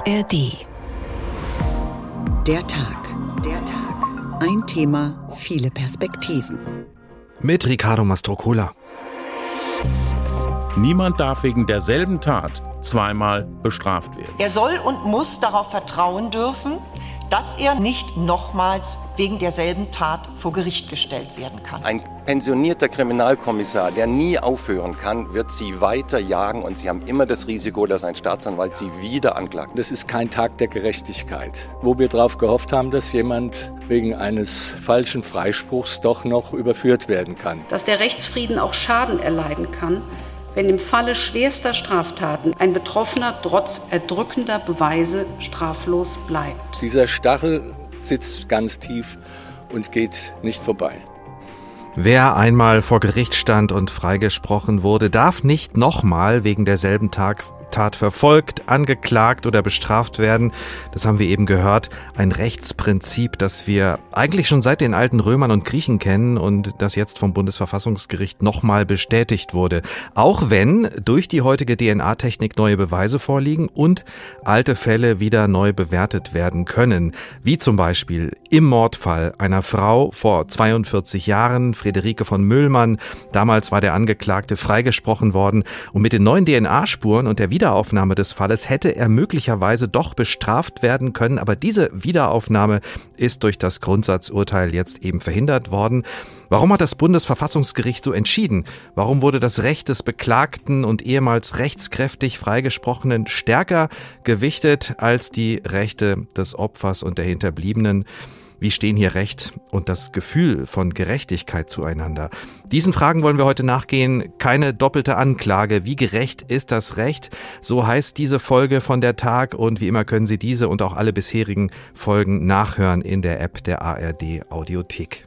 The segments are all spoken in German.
ARD. Der Tag. Der Tag. Ein Thema, viele Perspektiven. Mit Riccardo Mastrocola. Niemand darf wegen derselben Tat zweimal bestraft werden. Er soll und muss darauf vertrauen dürfen, dass er nicht nochmals wegen derselben Tat vor Gericht gestellt werden kann. Ein pensionierter Kriminalkommissar, der nie aufhören kann, wird Sie weiter jagen und Sie haben immer das Risiko, dass ein Staatsanwalt Sie wieder anklagt. Das ist kein Tag der Gerechtigkeit, wo wir darauf gehofft haben, dass jemand wegen eines falschen Freispruchs doch noch überführt werden kann. Dass der Rechtsfrieden auch Schaden erleiden kann, wenn im Falle schwerster Straftaten ein Betroffener trotz erdrückender Beweise straflos bleibt. Dieser Stachel sitzt ganz tief und geht nicht vorbei. Wer einmal vor Gericht stand und freigesprochen wurde, darf nicht nochmal wegen derselben Tat verfolgt, angeklagt oder bestraft werden. Das haben wir eben gehört. Ein Rechtsprinzip, das wir eigentlich schon seit den alten Römern und Griechen kennen und das jetzt vom Bundesverfassungsgericht nochmal bestätigt wurde. Auch wenn durch die heutige DNA-Technik neue Beweise vorliegen und alte Fälle wieder neu bewertet werden können. Wie zum Beispiel im Mordfall einer Frau vor 42 Jahren, Friederike von Möllmann. Damals war der Angeklagte freigesprochen worden und mit den neuen DNA-Spuren und der Wiederaufnahme des Falles hätte er möglicherweise doch bestraft werden können, aber diese Wiederaufnahme ist durch das Grundsatzurteil jetzt eben verhindert worden. Warum hat das Bundesverfassungsgericht so entschieden? Warum wurde das Recht des Beklagten und ehemals rechtskräftig Freigesprochenen stärker gewichtet als die Rechte des Opfers und der Hinterbliebenen? Wie stehen hier Recht und das Gefühl von Gerechtigkeit zueinander? Diesen Fragen wollen wir heute nachgehen. Keine doppelte Anklage. Wie gerecht ist das Recht? So heißt diese Folge von der Tag und wie immer können Sie diese und auch alle bisherigen Folgen nachhören in der App der ARD Audiothek.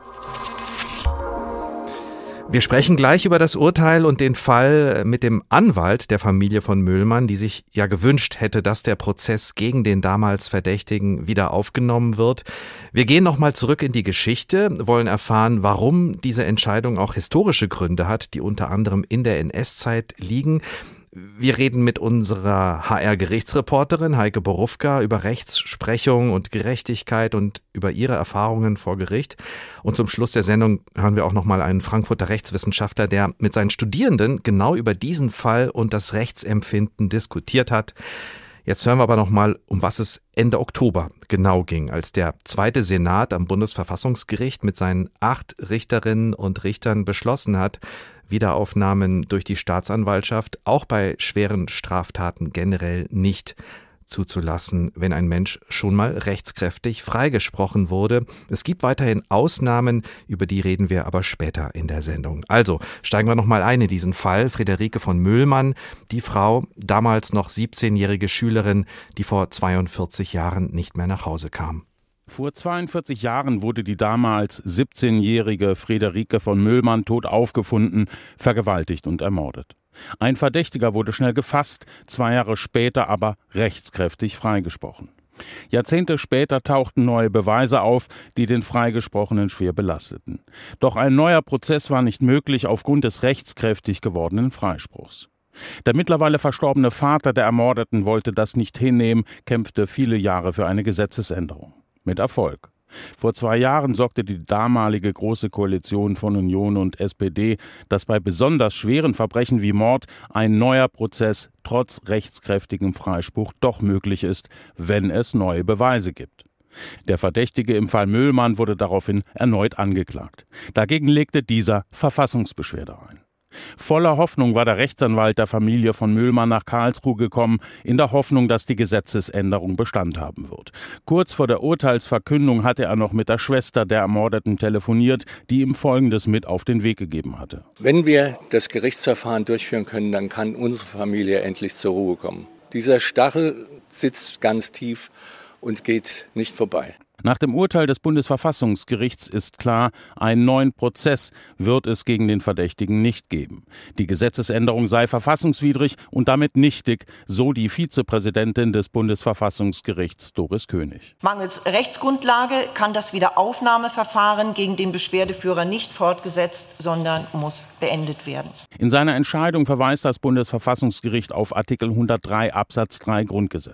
Wir sprechen gleich über das Urteil und den Fall mit dem Anwalt der Familie von Möllmann, die sich ja gewünscht hätte, dass der Prozess gegen den damals Verdächtigen wieder aufgenommen wird. Wir gehen nochmal zurück in die Geschichte, wollen erfahren, warum diese Entscheidung auch historische Gründe hat, die unter anderem in der NS-Zeit liegen. Wir reden mit unserer HR-Gerichtsreporterin Heike Borufka über Rechtsprechung und Gerechtigkeit und über ihre Erfahrungen vor Gericht. Und zum Schluss der Sendung hören wir auch nochmal einen Frankfurter Rechtswissenschaftler, der mit seinen Studierenden genau über diesen Fall und das Rechtsempfinden diskutiert hat. Jetzt hören wir aber nochmal, um was es Ende Oktober genau ging, als der zweite Senat am Bundesverfassungsgericht mit seinen 8 Richterinnen und Richtern beschlossen hat, Wiederaufnahmen durch die Staatsanwaltschaft auch bei schweren Straftaten generell nicht zuzulassen, wenn ein Mensch schon mal rechtskräftig freigesprochen wurde. Es gibt weiterhin Ausnahmen, über die reden wir aber später in der Sendung. Also steigen wir nochmal ein in diesen Fall. Friederike von Möllmann, die Frau, damals noch 17-jährige Schülerin, die vor 42 Jahren nicht mehr nach Hause kam. Vor 42 Jahren wurde die damals 17-jährige Friederike von Möllmann tot aufgefunden, vergewaltigt und ermordet. Ein Verdächtiger wurde schnell gefasst, 2 Jahre später aber rechtskräftig freigesprochen. Jahrzehnte später tauchten neue Beweise auf, die den Freigesprochenen schwer belasteten. Doch ein neuer Prozess war nicht möglich aufgrund des rechtskräftig gewordenen Freispruchs. Der mittlerweile verstorbene Vater der Ermordeten wollte das nicht hinnehmen, kämpfte viele Jahre für eine Gesetzesänderung. Mit Erfolg. Vor 2 Jahren sorgte die damalige Große Koalition von Union und SPD, dass bei besonders schweren Verbrechen wie Mord ein neuer Prozess trotz rechtskräftigem Freispruch doch möglich ist, wenn es neue Beweise gibt. Der Verdächtige im Fall Möllmann wurde daraufhin erneut angeklagt. Dagegen legte dieser Verfassungsbeschwerde ein. Voller Hoffnung war der Rechtsanwalt der Familie von Möllmann nach Karlsruhe gekommen, in der Hoffnung, dass die Gesetzesänderung Bestand haben wird. Kurz vor der Urteilsverkündung hatte er noch mit der Schwester der Ermordeten telefoniert, die ihm Folgendes mit auf den Weg gegeben hatte. Wenn wir das Gerichtsverfahren durchführen können, dann kann unsere Familie endlich zur Ruhe kommen. Dieser Stachel sitzt ganz tief und geht nicht vorbei. Nach dem Urteil des Bundesverfassungsgerichts ist klar, einen neuen Prozess wird es gegen den Verdächtigen nicht geben. Die Gesetzesänderung sei verfassungswidrig und damit nichtig, so die Vizepräsidentin des Bundesverfassungsgerichts Doris König. Mangels Rechtsgrundlage kann das Wiederaufnahmeverfahren gegen den Beschwerdeführer nicht fortgesetzt, sondern muss beendet werden. In seiner Entscheidung verweist das Bundesverfassungsgericht auf Artikel 103 Absatz 3 Grundgesetz.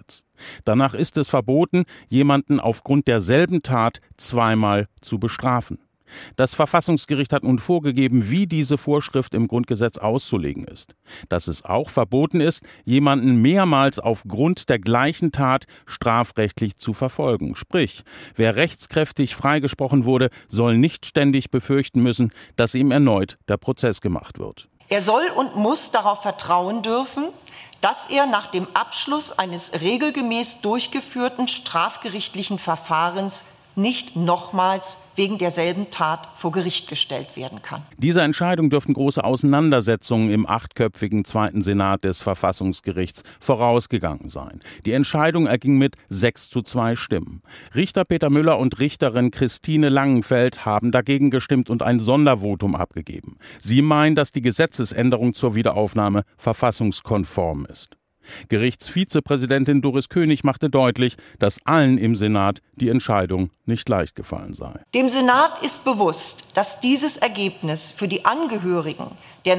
Danach ist es verboten, jemanden aufgrund derselben Tat zweimal zu bestrafen. Das Verfassungsgericht hat nun vorgegeben, wie diese Vorschrift im Grundgesetz auszulegen ist. Dass es auch verboten ist, jemanden mehrmals aufgrund der gleichen Tat strafrechtlich zu verfolgen. Sprich, wer rechtskräftig freigesprochen wurde, soll nicht ständig befürchten müssen, dass ihm erneut der Prozess gemacht wird. Er soll und muss darauf vertrauen dürfen, dass er nach dem Abschluss eines regelgemäß durchgeführten strafgerichtlichen Verfahrens nicht nochmals wegen derselben Tat vor Gericht gestellt werden kann. Dieser Entscheidung dürften große Auseinandersetzungen im 8-köpfigen 2. Senat des Verfassungsgerichts vorausgegangen sein. Die Entscheidung erging mit 6:2 Stimmen. Richter Peter Müller und Richterin Christine Langenfeld haben dagegen gestimmt und ein Sondervotum abgegeben. Sie meinen, dass die Gesetzesänderung zur Wiederaufnahme verfassungskonform ist. Gerichtsvizepräsidentin Doris König machte deutlich, dass allen im Senat die Entscheidung nicht leicht gefallen sei. Dem Senat ist bewusst, dass dieses Ergebnis für die Angehörigen der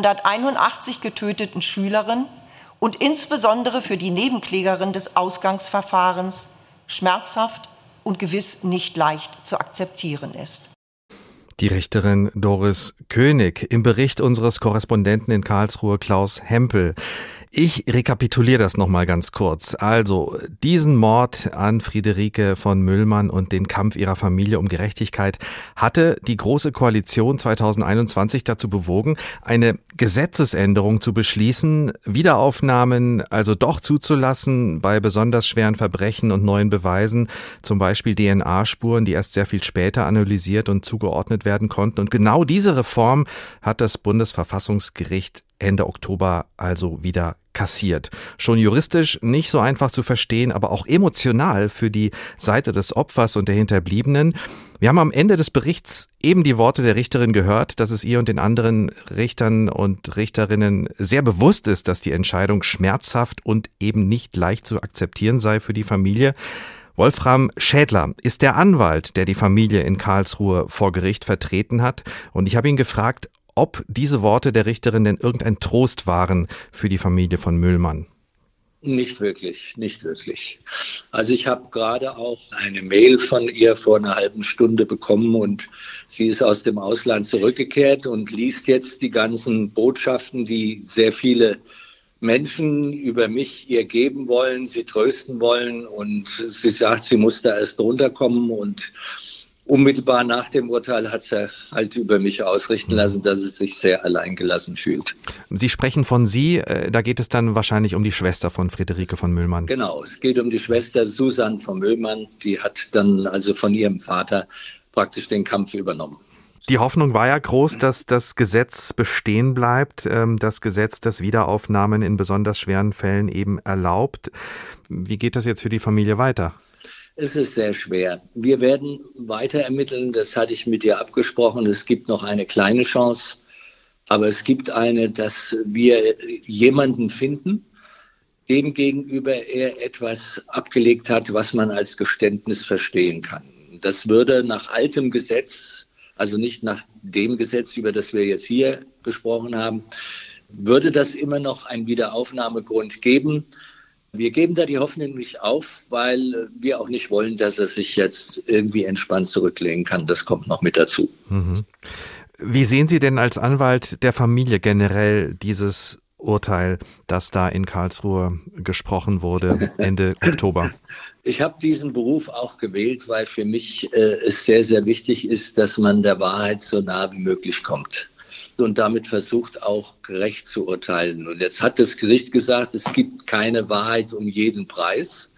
1981 getöteten Schülerin und insbesondere für die Nebenklägerin des Ausgangsverfahrens schmerzhaft und gewiss nicht leicht zu akzeptieren ist. Die Richterin Doris König im Bericht unseres Korrespondenten in Karlsruhe Klaus Hempel. Ich rekapituliere das nochmal ganz kurz. Also, diesen Mord an Friederike von Müllmann und den Kampf ihrer Familie um Gerechtigkeit hatte die Große Koalition 2021 dazu bewogen, eine Gesetzesänderung zu beschließen, Wiederaufnahmen also doch zuzulassen bei besonders schweren Verbrechen und neuen Beweisen, zum Beispiel DNA-Spuren, die erst sehr viel später analysiert und zugeordnet werden konnten. Und genau diese Reform hat das Bundesverfassungsgericht Ende Oktober also wieder kassiert. Schon juristisch nicht so einfach zu verstehen, aber auch emotional für die Seite des Opfers und der Hinterbliebenen. Wir haben am Ende des Berichts eben die Worte der Richterin gehört, dass es ihr und den anderen Richtern und Richterinnen sehr bewusst ist, dass die Entscheidung schmerzhaft und eben nicht leicht zu akzeptieren sei für die Familie. Wolfram Schädler ist der Anwalt, der die Familie in Karlsruhe vor Gericht vertreten hat. Und ich habe ihn gefragt, ob diese Worte der Richterin denn irgendein Trost waren für die Familie von Müllmann. Nicht wirklich, nicht wirklich. Also ich habe gerade auch eine Mail von ihr vor einer halben Stunde bekommen und sie ist aus dem Ausland zurückgekehrt und liest jetzt die ganzen Botschaften, die sehr viele Menschen über mich ihr geben wollen, sie trösten wollen, und sie sagt, sie muss da erst runterkommen, und unmittelbar nach dem Urteil hat sie halt über mich ausrichten lassen, dass sie sich sehr alleingelassen fühlt. Sie sprechen von Sie, da geht es dann wahrscheinlich um die Schwester von Friederike von Müllmann. Genau, es geht um die Schwester Susanne von Müllmann, die hat dann also von ihrem Vater praktisch den Kampf übernommen. Die Hoffnung war ja groß, dass das Gesetz bestehen bleibt, das Gesetz, das Wiederaufnahmen in besonders schweren Fällen eben erlaubt. Wie geht das jetzt für die Familie weiter? Es ist sehr schwer. Wir werden weiter ermitteln, das hatte ich mit ihr abgesprochen. Es gibt noch eine kleine Chance, aber es gibt eine, dass wir jemanden finden, dem gegenüber er etwas abgelegt hat, was man als Geständnis verstehen kann. Das würde nach altem Gesetz, also nicht nach dem Gesetz, über das wir jetzt hier gesprochen haben, würde das immer noch einen Wiederaufnahmegrund geben. Wir geben da die Hoffnung nicht auf, weil wir auch nicht wollen, dass er sich jetzt irgendwie entspannt zurücklehnen kann. Das kommt noch mit dazu. Mhm. Wie sehen Sie denn als Anwalt der Familie generell dieses Urteil, das da in Karlsruhe gesprochen wurde Ende Oktober? Ich habe diesen Beruf auch gewählt, weil für mich es sehr, sehr wichtig ist, dass man der Wahrheit so nah wie möglich kommt und damit versucht auch gerecht zu urteilen. Und jetzt hat das Gericht gesagt, es gibt keine Wahrheit um jeden Preis.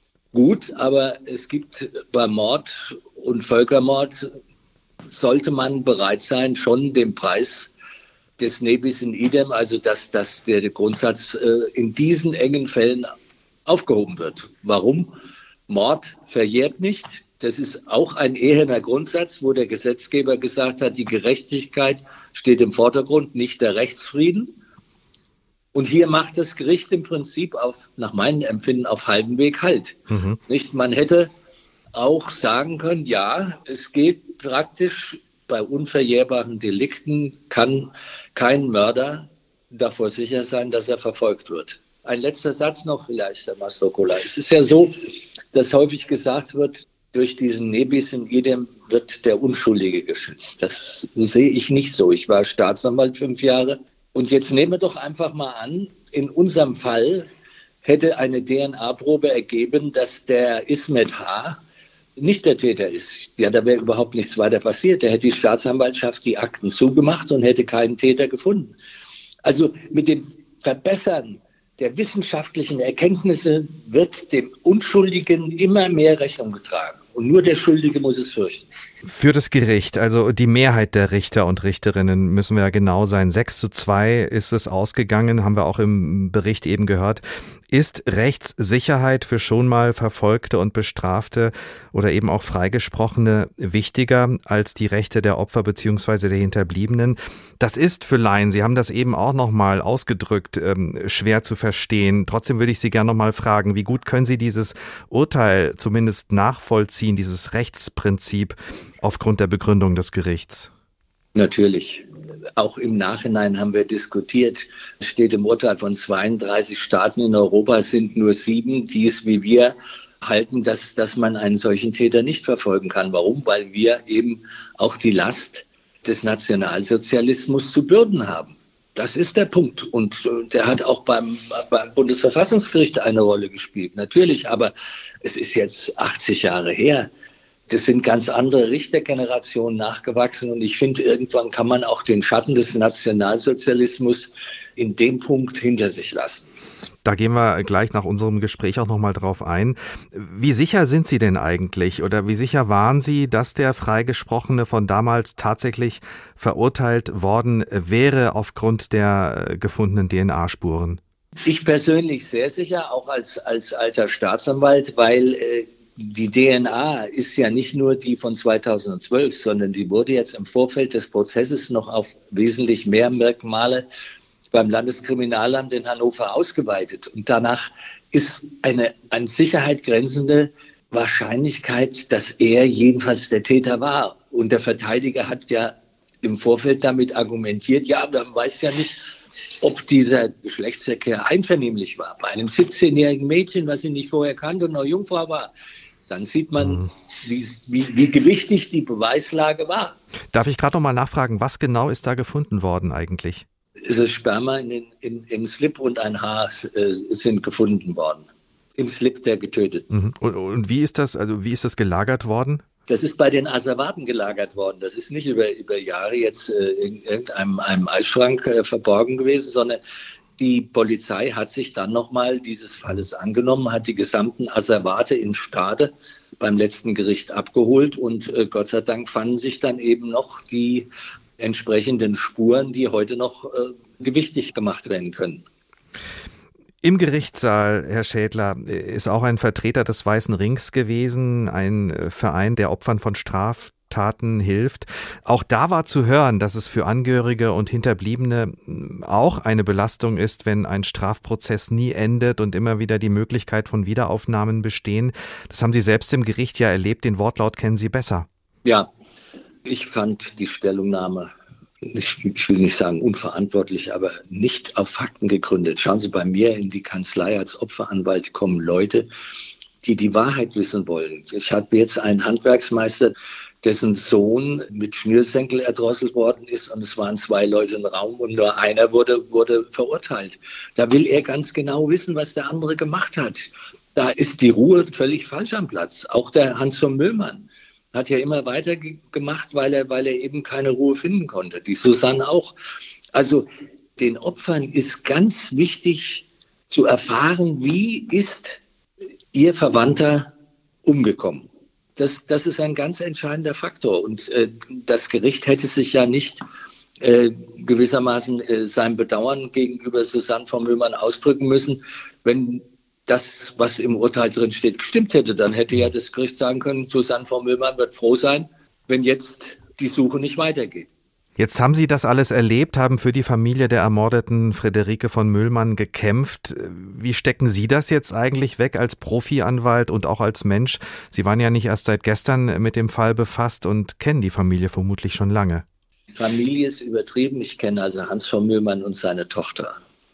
Gut, aber es gibt bei Mord und Völkermord, sollte man bereit sein, schon den Preis des ne bis in idem, also dass der Grundsatz in diesen engen Fällen aufgehoben wird. Warum? Mord verjährt nicht. Das ist auch ein eherner Grundsatz, wo der Gesetzgeber gesagt hat, die Gerechtigkeit steht im Vordergrund, nicht der Rechtsfrieden. Und hier macht das Gericht im Prinzip nach meinem Empfinden auf halbem Weg Halt. Mhm. Nicht? Man hätte auch sagen können, ja, es geht praktisch bei unverjährbaren Delikten, kann kein Mörder davor sicher sein, dass er verfolgt wird. Ein letzter Satz noch vielleicht, Herr Mastrocola. Es ist ja so, dass häufig gesagt wird, durch diesen Nebis in idem wird der Unschuldige geschützt. Das sehe ich nicht so. Ich war Staatsanwalt 5 Jahre. Und jetzt nehmen wir doch einfach mal an, in unserem Fall hätte eine DNA-Probe ergeben, dass der Ismet H. nicht der Täter ist. Ja, da wäre überhaupt nichts weiter passiert. Da hätte die Staatsanwaltschaft die Akten zugemacht und hätte keinen Täter gefunden. Also mit dem Verbessern der wissenschaftlichen Erkenntnisse wird dem Unschuldigen immer mehr Rechnung getragen. Und nur der Schuldige muss es fürchten. Für das Gericht, also die Mehrheit der Richter und Richterinnen, müssen wir ja genau sein. 6:2 ist es ausgegangen, haben wir auch im Bericht eben gehört. Ist Rechtssicherheit für schon mal Verfolgte und Bestrafte oder eben auch Freigesprochene wichtiger als die Rechte der Opfer bzw. der Hinterbliebenen? Das ist für Laien, Sie haben das eben auch nochmal ausgedrückt, schwer zu verstehen. Trotzdem würde ich Sie gerne nochmal fragen, wie gut können Sie dieses Urteil zumindest nachvollziehen, dieses Rechtsprinzip aufgrund der Begründung des Gerichts? Natürlich. Auch im Nachhinein haben wir diskutiert, es steht im Urteil von 32 Staaten in Europa, es sind nur 7, die es wie wir halten, dass man einen solchen Täter nicht verfolgen kann. Warum? Weil wir eben auch die Last des Nationalsozialismus zu bürden haben. Das ist der Punkt. Und der hat auch beim Bundesverfassungsgericht eine Rolle gespielt. Natürlich, aber es ist jetzt 80 Jahre her. Das sind ganz andere Richtergenerationen nachgewachsen. Und ich finde, irgendwann kann man auch den Schatten des Nationalsozialismus in dem Punkt hinter sich lassen. Da gehen wir gleich nach unserem Gespräch auch nochmal drauf ein. Wie sicher sind Sie denn eigentlich oder wie sicher waren Sie, dass der Freigesprochene von damals tatsächlich verurteilt worden wäre aufgrund der gefundenen DNA-Spuren? Ich persönlich sehr sicher, auch als alter Staatsanwalt, weil die DNA ist ja nicht nur die von 2012, sondern die wurde jetzt im Vorfeld des Prozesses noch auf wesentlich mehr Merkmale beim Landeskriminalamt in Hannover ausgeweitet. Und danach ist eine an Sicherheit grenzende Wahrscheinlichkeit, dass er jedenfalls der Täter war. Und der Verteidiger hat ja im Vorfeld damit argumentiert, ja, man weiß ja nicht, ob dieser Geschlechtsverkehr einvernehmlich war. Bei einem 17-jährigen Mädchen, was sie nicht vorher kannte und noch Jungfrau war, dann sieht man, wie gewichtig die Beweislage war. Darf ich gerade noch mal nachfragen, was genau ist da gefunden worden eigentlich? Es ist Sperma im Slip und ein Haar sind gefunden worden. Im Slip der Getöteten. Und wie ist das gelagert worden? Das ist bei den Asservaten gelagert worden. Das ist nicht über Jahre jetzt in irgendeinem Eisschrank verborgen gewesen, sondern die Polizei hat sich dann nochmal dieses Falles angenommen, hat die gesamten Asservate in Stade beim letzten Gericht abgeholt und Gott sei Dank fanden sich dann eben noch die entsprechenden Spuren, die heute noch gewichtig gemacht werden können. Im Gerichtssaal, Herr Schädler, ist auch ein Vertreter des Weißen Rings gewesen, ein Verein, der Opfern von Straftaten hilft. Auch da war zu hören, dass es für Angehörige und Hinterbliebene auch eine Belastung ist, wenn ein Strafprozess nie endet und immer wieder die Möglichkeit von Wiederaufnahmen bestehen. Das haben Sie selbst im Gericht ja erlebt, den Wortlaut kennen Sie besser. Ja, ich fand die Stellungnahme, ich will nicht sagen unverantwortlich, aber nicht auf Fakten gegründet. Schauen Sie, bei mir in die Kanzlei als Opferanwalt kommen Leute, die die Wahrheit wissen wollen. Ich hatte jetzt einen Handwerksmeister, dessen Sohn mit Schnürsenkel erdrosselt worden ist und es waren 2 Leute im Raum und nur einer wurde verurteilt. Da will er ganz genau wissen, was der andere gemacht hat. Da ist die Ruhe völlig falsch am Platz. Auch der Hans von Möllmann hat ja immer weitergemacht, weil er eben keine Ruhe finden konnte. Die Susanne auch. Also den Opfern ist ganz wichtig zu erfahren, wie ist ihr Verwandter umgekommen. Das ist ein ganz entscheidender Faktor. Und das Gericht hätte sich ja nicht gewissermaßen sein Bedauern gegenüber Susanne von Möllmann ausdrücken müssen, wenn das, was im Urteil drin steht, gestimmt hätte. Dann hätte ja das Gericht sagen können, Susanne von Möllmann wird froh sein, wenn jetzt die Suche nicht weitergeht. Jetzt haben Sie das alles erlebt, haben für die Familie der ermordeten Friederike von Möllmann gekämpft. Wie stecken Sie das jetzt eigentlich weg als Profianwalt und auch als Mensch? Sie waren ja nicht erst seit gestern mit dem Fall befasst und kennen die Familie vermutlich schon lange. Familie ist übertrieben. Ich kenne also Hans von Möllmann und seine Tochter.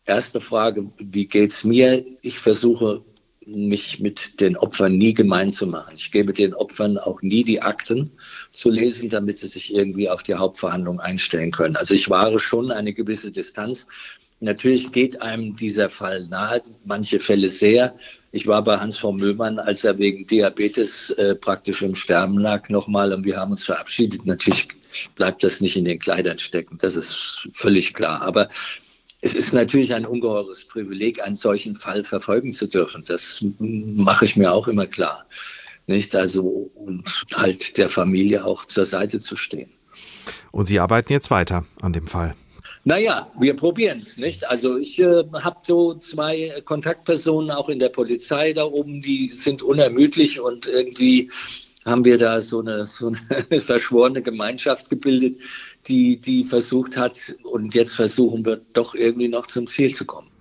Erste Frage, wie geht's mir? Ich versuche, mich mit den Opfern nie gemein zu machen. Ich gebe den Opfern auch nie die Akten zu lesen, damit sie sich irgendwie auf die Hauptverhandlung einstellen können. Also ich wahre schon eine gewisse Distanz. Natürlich geht einem dieser Fall nahe, manche Fälle sehr. Ich war bei Hans von Möhlmann, als er wegen Diabetes praktisch im Sterben lag, nochmal, und wir haben uns verabschiedet. Natürlich bleibt das nicht in den Kleidern stecken, das ist völlig klar. Aber es ist natürlich ein ungeheures Privileg, einen solchen Fall verfolgen zu dürfen. Das mache ich mir auch immer klar. Nicht? Also, und halt der Familie auch zur Seite zu stehen. Und Sie arbeiten jetzt weiter an dem Fall? Naja, wir probieren es, nicht? Also ich habe so 2 Kontaktpersonen auch in der Polizei da oben, die sind unermüdlich, und irgendwie haben wir da so eine verschworene Gemeinschaft gebildet, die versucht hat, und jetzt versuchen wir doch irgendwie noch zum Ziel zu kommen.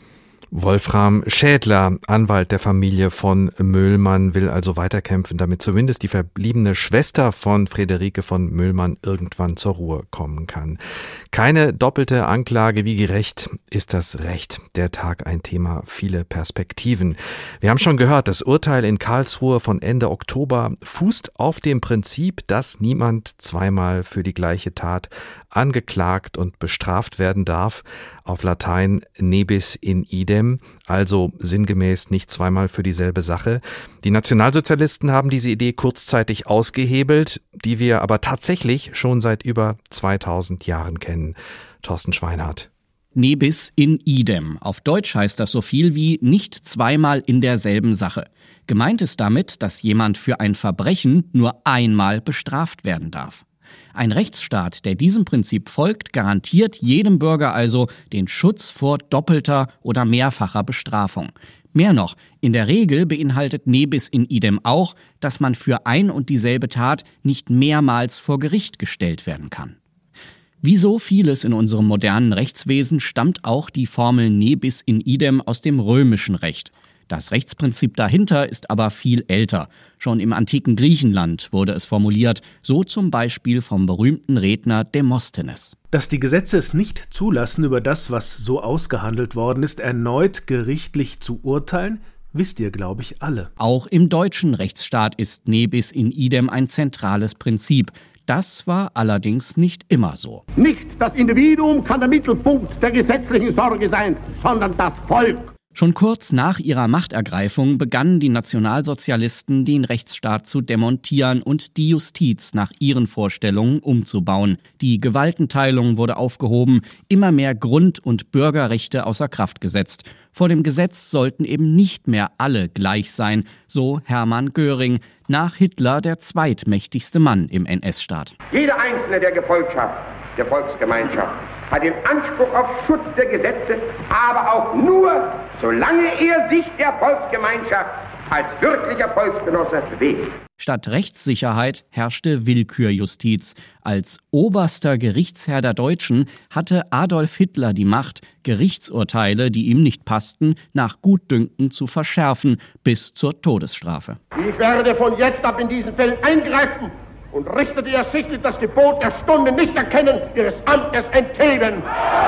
Wolfram Schädler, Anwalt der Familie von Möhlmann, will also weiterkämpfen, damit zumindest die verbliebene Schwester von Friederike von Möhlmann irgendwann zur Ruhe kommen kann. Keine doppelte Anklage, wie gerecht ist das Recht? Der Tag ein Thema, viele Perspektiven. Wir haben schon gehört, das Urteil in Karlsruhe von Ende Oktober fußt auf dem Prinzip, dass niemand zweimal für die gleiche Tat angeklagt und bestraft werden darf. Auf Latein ne bis in idem, also sinngemäß nicht zweimal für dieselbe Sache. Die Nationalsozialisten haben diese Idee kurzzeitig ausgehebelt, die wir aber tatsächlich schon seit über 2000 Jahren kennen. Thorsten Schweinhardt. Ne bis in idem. Auf Deutsch heißt das so viel wie nicht zweimal in derselben Sache. Gemeint ist damit, dass jemand für ein Verbrechen nur einmal bestraft werden darf. Ein Rechtsstaat, der diesem Prinzip folgt, garantiert jedem Bürger also den Schutz vor doppelter oder mehrfacher Bestrafung. Mehr noch, in der Regel beinhaltet ne bis in idem auch, dass man für ein und dieselbe Tat nicht mehrmals vor Gericht gestellt werden kann. Wie so vieles in unserem modernen Rechtswesen stammt auch die Formel ne bis in idem aus dem römischen Recht. Das Rechtsprinzip dahinter ist aber viel älter. Schon im antiken Griechenland wurde es formuliert, so zum Beispiel vom berühmten Redner Demosthenes. Dass die Gesetze es nicht zulassen, über das, was so ausgehandelt worden ist, erneut gerichtlich zu urteilen, wisst ihr, glaube ich, alle. Auch im deutschen Rechtsstaat ist ne bis in idem ein zentrales Prinzip. Das war allerdings nicht immer so. Nicht das Individuum kann der Mittelpunkt der gesetzlichen Sorge sein, sondern das Volk. Schon kurz nach ihrer Machtergreifung begannen die Nationalsozialisten, den Rechtsstaat zu demontieren und die Justiz nach ihren Vorstellungen umzubauen. Die Gewaltenteilung wurde aufgehoben, immer mehr Grund- und Bürgerrechte außer Kraft gesetzt. Vor dem Gesetz sollten eben nicht mehr alle gleich sein, so Hermann Göring, nach Hitler der zweitmächtigste Mann im NS-Staat. Jeder Einzelne der Gefolgschaft, der Volksgemeinschaft, hat den Anspruch auf Schutz der Gesetze, aber auch nur, solange er sich der Volksgemeinschaft als wirklicher Volksgenosse bewegt. Statt Rechtssicherheit herrschte Willkürjustiz. Als oberster Gerichtsherr der Deutschen hatte Adolf Hitler die Macht, Gerichtsurteile, die ihm nicht passten, nach Gutdünken zu verschärfen, bis zur Todesstrafe. Ich werde von jetzt ab in diesen Fällen eingreifen und richte die ersichtlich das Gebot der Stunde nicht erkennen, ihres Amtes entheben.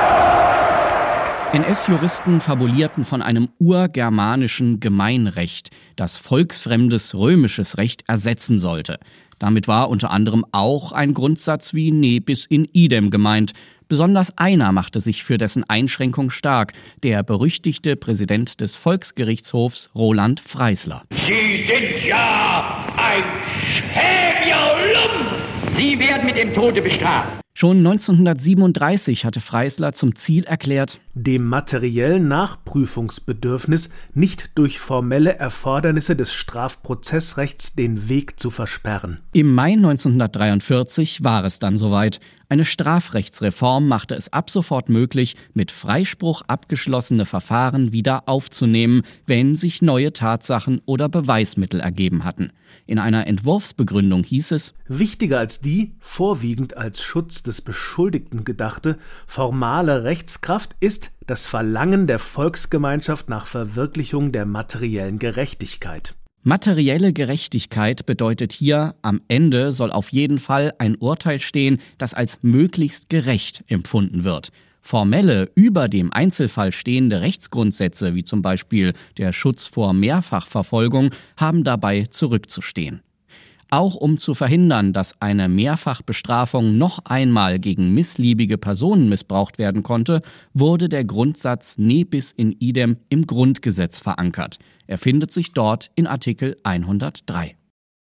NS-Juristen fabulierten von einem urgermanischen Gemeinrecht, das volksfremdes römisches Recht ersetzen sollte. Damit war unter anderem auch ein Grundsatz wie ne bis in idem gemeint. Besonders einer machte sich für dessen Einschränkung stark, der berüchtigte Präsident des Volksgerichtshofs Roland Freisler. Sie sind ja ein schäbiger Lump! Sie werden mit dem Tode bestraft. Schon 1937 hatte Freisler zum Ziel erklärt, dem materiellen Nachprüfungsbedürfnis nicht durch formelle Erfordernisse des Strafprozessrechts den Weg zu versperren. Im Mai 1943 war es dann soweit. Eine Strafrechtsreform machte es ab sofort möglich, mit Freispruch abgeschlossene Verfahren wieder aufzunehmen, wenn sich neue Tatsachen oder Beweismittel ergeben hatten. In einer Entwurfsbegründung hieß es: Wichtiger als die, vorwiegend als Schutz des Beschuldigten gedachte, formale Rechtskraft ist das Verlangen der Volksgemeinschaft nach Verwirklichung der materiellen Gerechtigkeit. Materielle Gerechtigkeit bedeutet hier, am Ende soll auf jeden Fall ein Urteil stehen, das als möglichst gerecht empfunden wird. Formelle, über dem Einzelfall stehende Rechtsgrundsätze, wie zum Beispiel der Schutz vor Mehrfachverfolgung, haben dabei zurückzustehen. Auch um zu verhindern, dass eine Mehrfachbestrafung noch einmal gegen missliebige Personen missbraucht werden konnte, wurde der Grundsatz ne bis in idem im Grundgesetz verankert. Er findet sich dort in Artikel 103.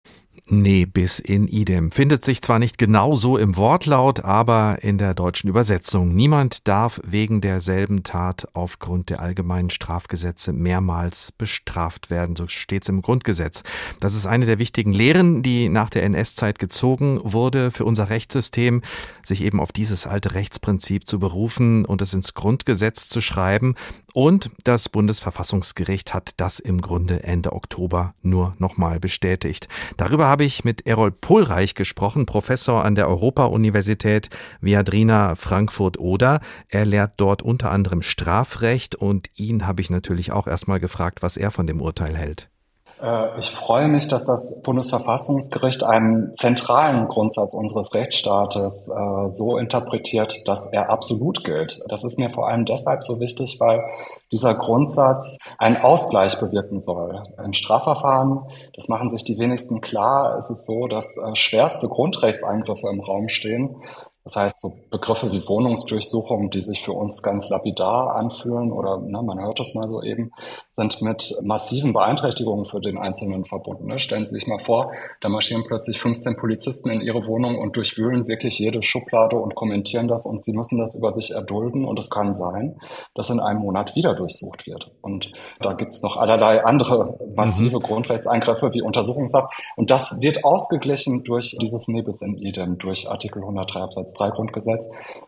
Ne bis in idem findet sich zwar nicht genau so im Wortlaut, aber in der deutschen Übersetzung. Niemand darf wegen derselben Tat aufgrund der allgemeinen Strafgesetze mehrmals bestraft werden. So steht es im Grundgesetz. Das ist eine der wichtigen Lehren, die nach der NS-Zeit gezogen wurde für unser Rechtssystem, sich eben auf dieses alte Rechtsprinzip zu berufen und es ins Grundgesetz zu schreiben. Und das Bundesverfassungsgericht hat das im Grunde Ende Oktober nur nochmal bestätigt. Darüber habe ich mit Errol Pohlreich gesprochen, Professor an der Europa-Universität Viadrina Frankfurt-Oder. Er lehrt dort unter anderem Strafrecht und ihn habe ich natürlich auch erstmal gefragt, was er von dem Urteil hält. Ich freue mich, dass das Bundesverfassungsgericht einen zentralen Grundsatz unseres Rechtsstaates so interpretiert, dass er absolut gilt. Das ist mir vor allem deshalb so wichtig, weil dieser Grundsatz einen Ausgleich bewirken soll. Im Strafverfahren, das machen sich die wenigsten klar, ist es so, dass schwerste Grundrechtseingriffe im Raum stehen. Das heißt, so Begriffe wie Wohnungsdurchsuchung, die sich für uns ganz lapidar anfühlen oder man hört das mal so eben, sind mit massiven Beeinträchtigungen für den Einzelnen verbunden. Stellen Sie sich mal vor, da marschieren plötzlich 15 Polizisten in Ihre Wohnung und durchwühlen wirklich jede Schublade und kommentieren das und Sie müssen das über sich erdulden und es kann sein, dass in einem Monat wieder durchsucht wird. Und da gibt es noch allerlei andere massive Grundrechtseingriffe wie Untersuchungshaft und das wird ausgeglichen durch dieses ne bis in idem, durch Artikel 103 Absatz 3 Grundgesetz.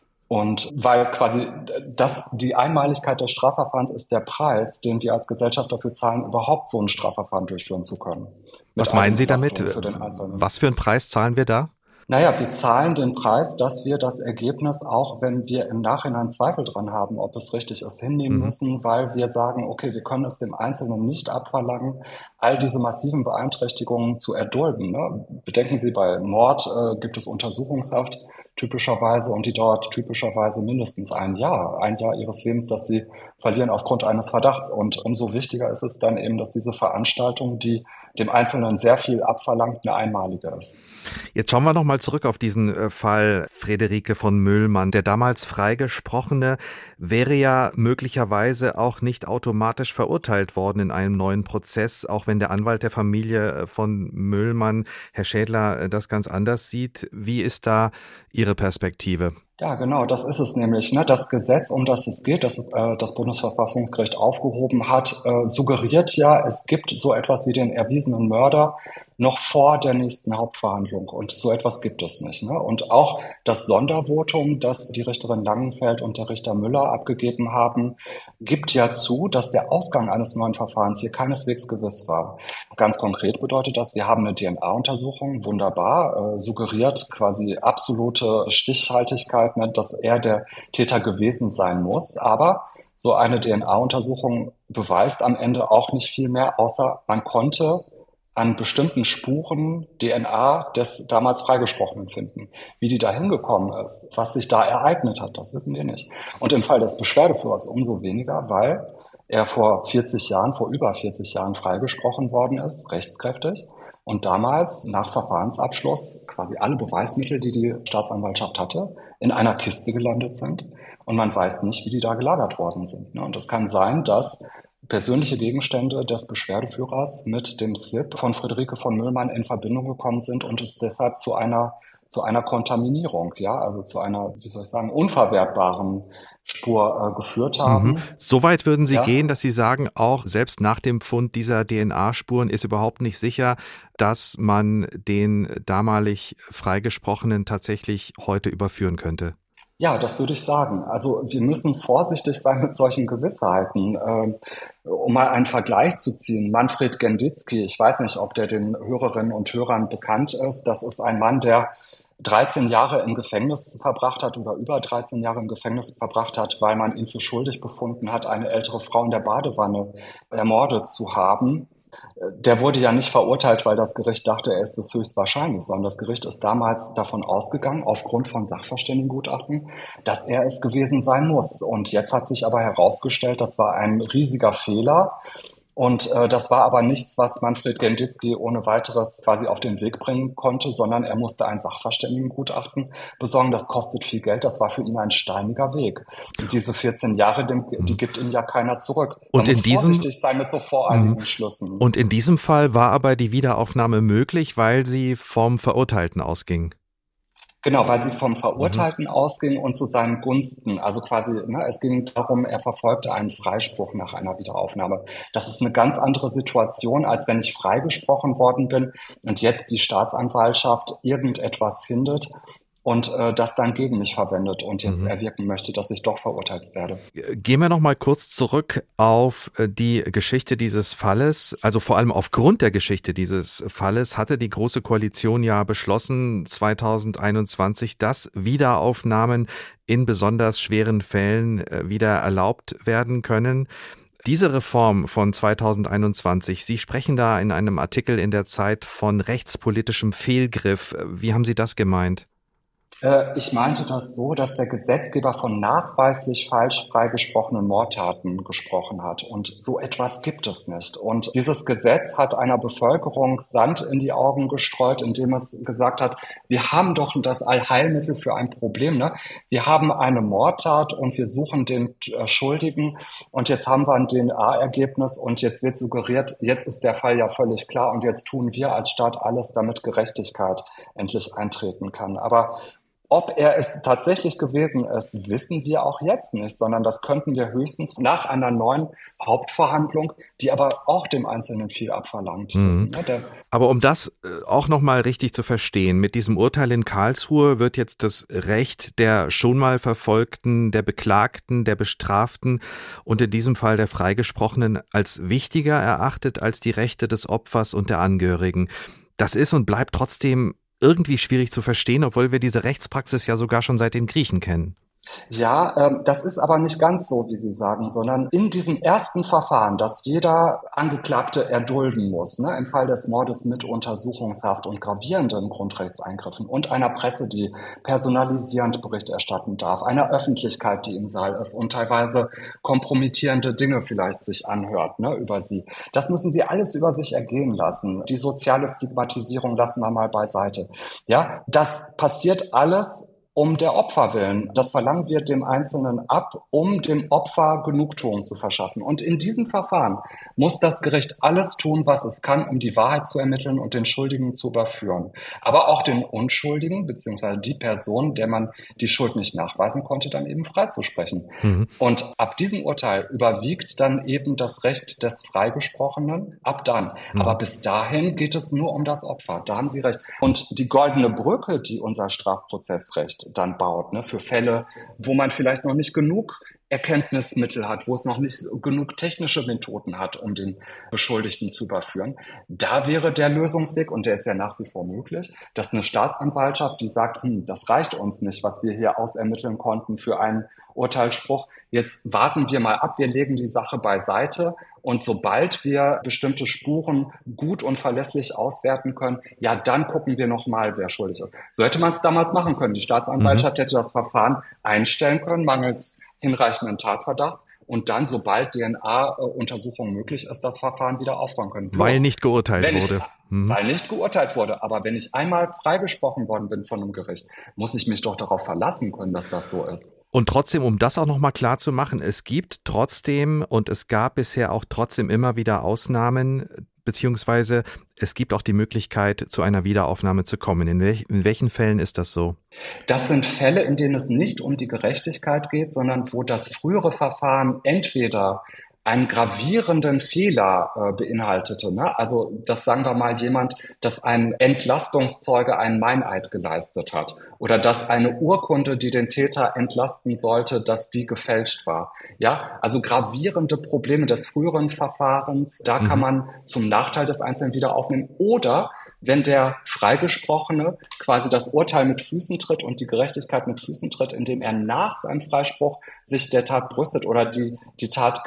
Und weil quasi die Einmaligkeit des Strafverfahrens ist der Preis, den wir als Gesellschaft dafür zahlen, überhaupt so ein Strafverfahren durchführen zu können. Was meinen Sie damit? Was für einen Preis zahlen wir da? Naja, wir zahlen den Preis, dass wir das Ergebnis, auch wenn wir im Nachhinein Zweifel dran haben, ob es richtig ist, hinnehmen müssen, weil wir sagen, okay, wir können es dem Einzelnen nicht abverlangen, all diese massiven Beeinträchtigungen zu erdulden. Ne? Bedenken Sie, bei Mord gibt es Untersuchungshaft typischerweise und die dauert typischerweise mindestens ein Jahr ihres Lebens, das Sie verlieren aufgrund eines Verdachts. Und umso wichtiger ist es dann eben, dass diese Veranstaltung, die dem Einzelnen sehr viel abverlangt, eine einmalige ist. Jetzt schauen wir noch mal zurück auf diesen Fall Friederike von Möllmann. Der damals Freigesprochene wäre ja möglicherweise auch nicht automatisch verurteilt worden in einem neuen Prozess, auch wenn der Anwalt der Familie von Möllmann, Herr Schädler, das ganz anders sieht. Wie ist da Ihre Perspektive? Ja, genau, das ist es nämlich. Das Gesetz, um das es geht, das das Bundesverfassungsgericht aufgehoben hat, suggeriert ja, es gibt so etwas wie den erwiesenen Mörder noch vor der nächsten Hauptverhandlung. Und so etwas gibt es nicht. Und auch das Sondervotum, das die Richterin Langenfeld und der Richter Müller abgegeben haben, gibt ja zu, dass der Ausgang eines neuen Verfahrens hier keineswegs gewiss war. Ganz konkret bedeutet das, wir haben eine DNA-Untersuchung, wunderbar, suggeriert quasi absolute Stichhaltigkeit, dass er der Täter gewesen sein muss. Aber so eine DNA-Untersuchung beweist am Ende auch nicht viel mehr, außer man konnte an bestimmten Spuren DNA des damals Freigesprochenen finden. Wie die da hingekommen ist, was sich da ereignet hat, das wissen wir nicht. Und im Fall des Beschwerdeführers umso weniger, weil er vor über 40 Jahren freigesprochen worden ist, rechtskräftig. Und damals, nach Verfahrensabschluss, quasi alle Beweismittel, die die Staatsanwaltschaft hatte, in einer Kiste gelandet sind. Und man weiß nicht, wie die da gelagert worden sind. Und es kann sein, dass persönliche Gegenstände des Beschwerdeführers mit dem Slip von Friederike von Möllmann in Verbindung gekommen sind und es deshalb zu einer Kontaminierung, also zu einer, unverwertbaren Spur geführt haben. Soweit würden Sie gehen, dass Sie sagen, auch selbst nach dem Fund dieser DNA-Spuren ist überhaupt nicht sicher, dass man den damalig Freigesprochenen tatsächlich heute überführen könnte? Ja, das würde ich sagen. Also wir müssen vorsichtig sein mit solchen Gewissheiten. Um mal einen Vergleich zu ziehen, Manfred Genditzki, ich weiß nicht, ob der den Hörerinnen und Hörern bekannt ist, das ist ein Mann, der 13 Jahre im Gefängnis verbracht hat oder über 13 Jahre im Gefängnis verbracht hat, weil man ihn für schuldig befunden hat, eine ältere Frau in der Badewanne ermordet zu haben. Der wurde ja nicht verurteilt, weil das Gericht dachte, er ist es höchstwahrscheinlich, sondern das Gericht ist damals davon ausgegangen, aufgrund von Sachverständigengutachten, dass er es gewesen sein muss. Und jetzt hat sich aber herausgestellt, das war ein riesiger Fehler. Und das war aber nichts, was Manfred Genditzki ohne weiteres quasi auf den Weg bringen konnte, sondern er musste ein Sachverständigengutachten besorgen. Das kostet viel Geld. Das war für ihn ein steiniger Weg. Und diese 14 Jahre, die gibt ihm ja keiner zurück. Man muss vorsichtig sein mit so voreiligen Schlüssen. Und in diesem Fall war aber die Wiederaufnahme möglich, weil sie vom Verurteilten ausging. Genau, weil sie vom Verurteilten ausging und zu seinen Gunsten. Also quasi, es ging darum, er verfolgte einen Freispruch nach einer Wiederaufnahme. Das ist eine ganz andere Situation, als wenn ich freigesprochen worden bin und jetzt die Staatsanwaltschaft irgendetwas findet und das dann gegen mich verwendet und jetzt erwirken möchte, dass ich doch verurteilt werde. Gehen wir noch mal kurz zurück auf die Geschichte dieses Falles. Also vor allem aufgrund der Geschichte dieses Falles hatte die Große Koalition ja beschlossen, 2021, dass Wiederaufnahmen in besonders schweren Fällen wieder erlaubt werden können. Diese Reform von 2021, Sie sprechen da in einem Artikel in der Zeit von rechtspolitischem Fehlgriff. Wie haben Sie das gemeint? Ich meinte das so, dass der Gesetzgeber von nachweislich falsch freigesprochenen Mordtaten gesprochen hat. Und so etwas gibt es nicht. Und dieses Gesetz hat einer Bevölkerung Sand in die Augen gestreut, indem es gesagt hat, wir haben doch das Allheilmittel für ein Problem. Ne? Wir haben eine Mordtat und wir suchen den Schuldigen. Und jetzt haben wir ein DNA-Ergebnis und jetzt wird suggeriert, jetzt ist der Fall ja völlig klar und jetzt tun wir als Staat alles, damit Gerechtigkeit endlich eintreten kann. Aber ob er es tatsächlich gewesen ist, wissen wir auch jetzt nicht, sondern das könnten wir höchstens nach einer neuen Hauptverhandlung, die aber auch dem Einzelnen viel abverlangt. Aber um das auch nochmal richtig zu verstehen, mit diesem Urteil in Karlsruhe wird jetzt das Recht der schon mal Verfolgten, der Beklagten, der Bestraften und in diesem Fall der Freigesprochenen als wichtiger erachtet als die Rechte des Opfers und der Angehörigen. Das ist und bleibt trotzdem irgendwie schwierig zu verstehen, obwohl wir diese Rechtspraxis ja sogar schon seit den Griechen kennen. Ja, das ist aber nicht ganz so, wie Sie sagen, sondern in diesem ersten Verfahren, das jeder Angeklagte erdulden muss, im Fall des Mordes mit Untersuchungshaft und gravierenden Grundrechtseingriffen und einer Presse, die personalisierend Bericht erstatten darf, einer Öffentlichkeit, die im Saal ist und teilweise kompromittierende Dinge vielleicht sich anhört über sie. Das müssen Sie alles über sich ergehen lassen. Die soziale Stigmatisierung lassen wir mal beiseite. Ja, das passiert alles um der Opfer willen. Das verlangen wir dem Einzelnen ab, um dem Opfer Genugtuung zu verschaffen. Und in diesem Verfahren muss das Gericht alles tun, was es kann, um die Wahrheit zu ermitteln und den Schuldigen zu überführen. Aber auch den Unschuldigen, beziehungsweise die Person, der man die Schuld nicht nachweisen konnte, dann eben freizusprechen. Und ab diesem Urteil überwiegt dann eben das Recht des Freigesprochenen, ab dann. Aber bis dahin geht es nur um das Opfer. Da haben Sie recht. Und die goldene Brücke, die unser Strafprozessrecht dann baut, für Fälle, wo man vielleicht noch nicht genug Erkenntnismittel hat, wo es noch nicht genug technische Methoden hat, um den Beschuldigten zu überführen. Da wäre der Lösungsweg, und der ist ja nach wie vor möglich, dass eine Staatsanwaltschaft, die sagt, das reicht uns nicht, was wir hier ausermitteln konnten für einen Urteilsspruch. Jetzt warten wir mal ab, wir legen die Sache beiseite und sobald wir bestimmte Spuren gut und verlässlich auswerten können, ja, dann gucken wir nochmal, wer schuldig ist. So hätte man es damals machen können. Die Staatsanwaltschaft hätte das Verfahren einstellen können, mangels hinreichenden Tatverdachts und dann, sobald DNA-Untersuchung möglich ist, das Verfahren wieder aufräumen können. Weil nicht geurteilt wurde. Weil nicht geurteilt wurde. Aber wenn ich einmal freigesprochen worden bin von einem Gericht, muss ich mich doch darauf verlassen können, dass das so ist. Und trotzdem, um das auch nochmal klar zu machen, es gibt trotzdem und es gab bisher auch trotzdem immer wieder Ausnahmen, beziehungsweise es gibt auch die Möglichkeit, zu einer Wiederaufnahme zu kommen. In welchen Fällen ist das so? Das sind Fälle, in denen es nicht um die Gerechtigkeit geht, sondern wo das frühere Verfahren entweder einen gravierenden Fehler beinhaltete. Also das sagen wir mal jemand, dass ein Entlastungszeuge einen Meineid geleistet hat oder dass eine Urkunde, die den Täter entlasten sollte, dass die gefälscht war. Ja, also gravierende Probleme des früheren Verfahrens, da kann man zum Nachteil des Einzelnen wieder aufnehmen. Oder wenn der Freigesprochene quasi das Urteil mit Füßen tritt und die Gerechtigkeit mit Füßen tritt, indem er nach seinem Freispruch sich der Tat brüstet oder die Tat glaubhaft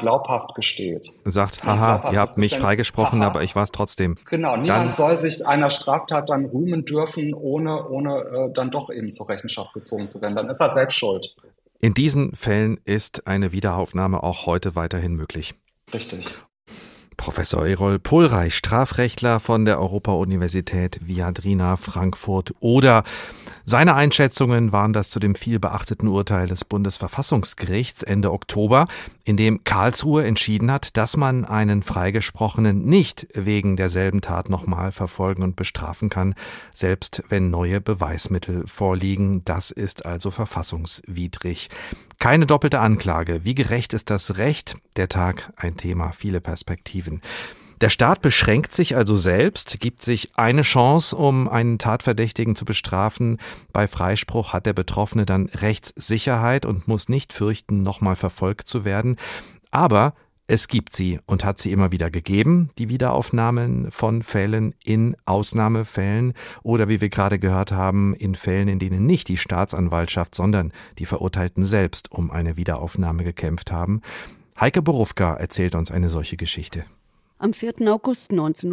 Haft gesteht. Sagt, haha, ihr habt mich freigesprochen, aber ich war es trotzdem. Genau, niemand soll sich einer Straftat dann rühmen dürfen, ohne dann doch eben zur Rechenschaft gezogen zu werden. Dann ist er selbst schuld. In diesen Fällen ist eine Wiederaufnahme auch heute weiterhin möglich. Richtig. Professor Errol Pohlreich, Strafrechtler von der Europa-Universität Viadrina Frankfurt oder. Seine Einschätzungen waren das zu dem viel beachteten Urteil des Bundesverfassungsgerichts Ende Oktober, in dem Karlsruhe entschieden hat, dass man einen Freigesprochenen nicht wegen derselben Tat nochmal verfolgen und bestrafen kann, selbst wenn neue Beweismittel vorliegen. Das ist also verfassungswidrig. Keine doppelte Anklage. Wie gerecht ist das Recht? Der Tag, ein Thema, viele Perspektiven. Der Staat beschränkt sich also selbst, gibt sich eine Chance, um einen Tatverdächtigen zu bestrafen. Bei Freispruch hat der Betroffene dann Rechtssicherheit und muss nicht fürchten, nochmal verfolgt zu werden. Aber es gibt sie und hat sie immer wieder gegeben, die Wiederaufnahmen von Fällen in Ausnahmefällen oder wie wir gerade gehört haben, in Fällen, in denen nicht die Staatsanwaltschaft, sondern die Verurteilten selbst um eine Wiederaufnahme gekämpft haben. Heike Borufka erzählt uns eine solche Geschichte. Am 4. August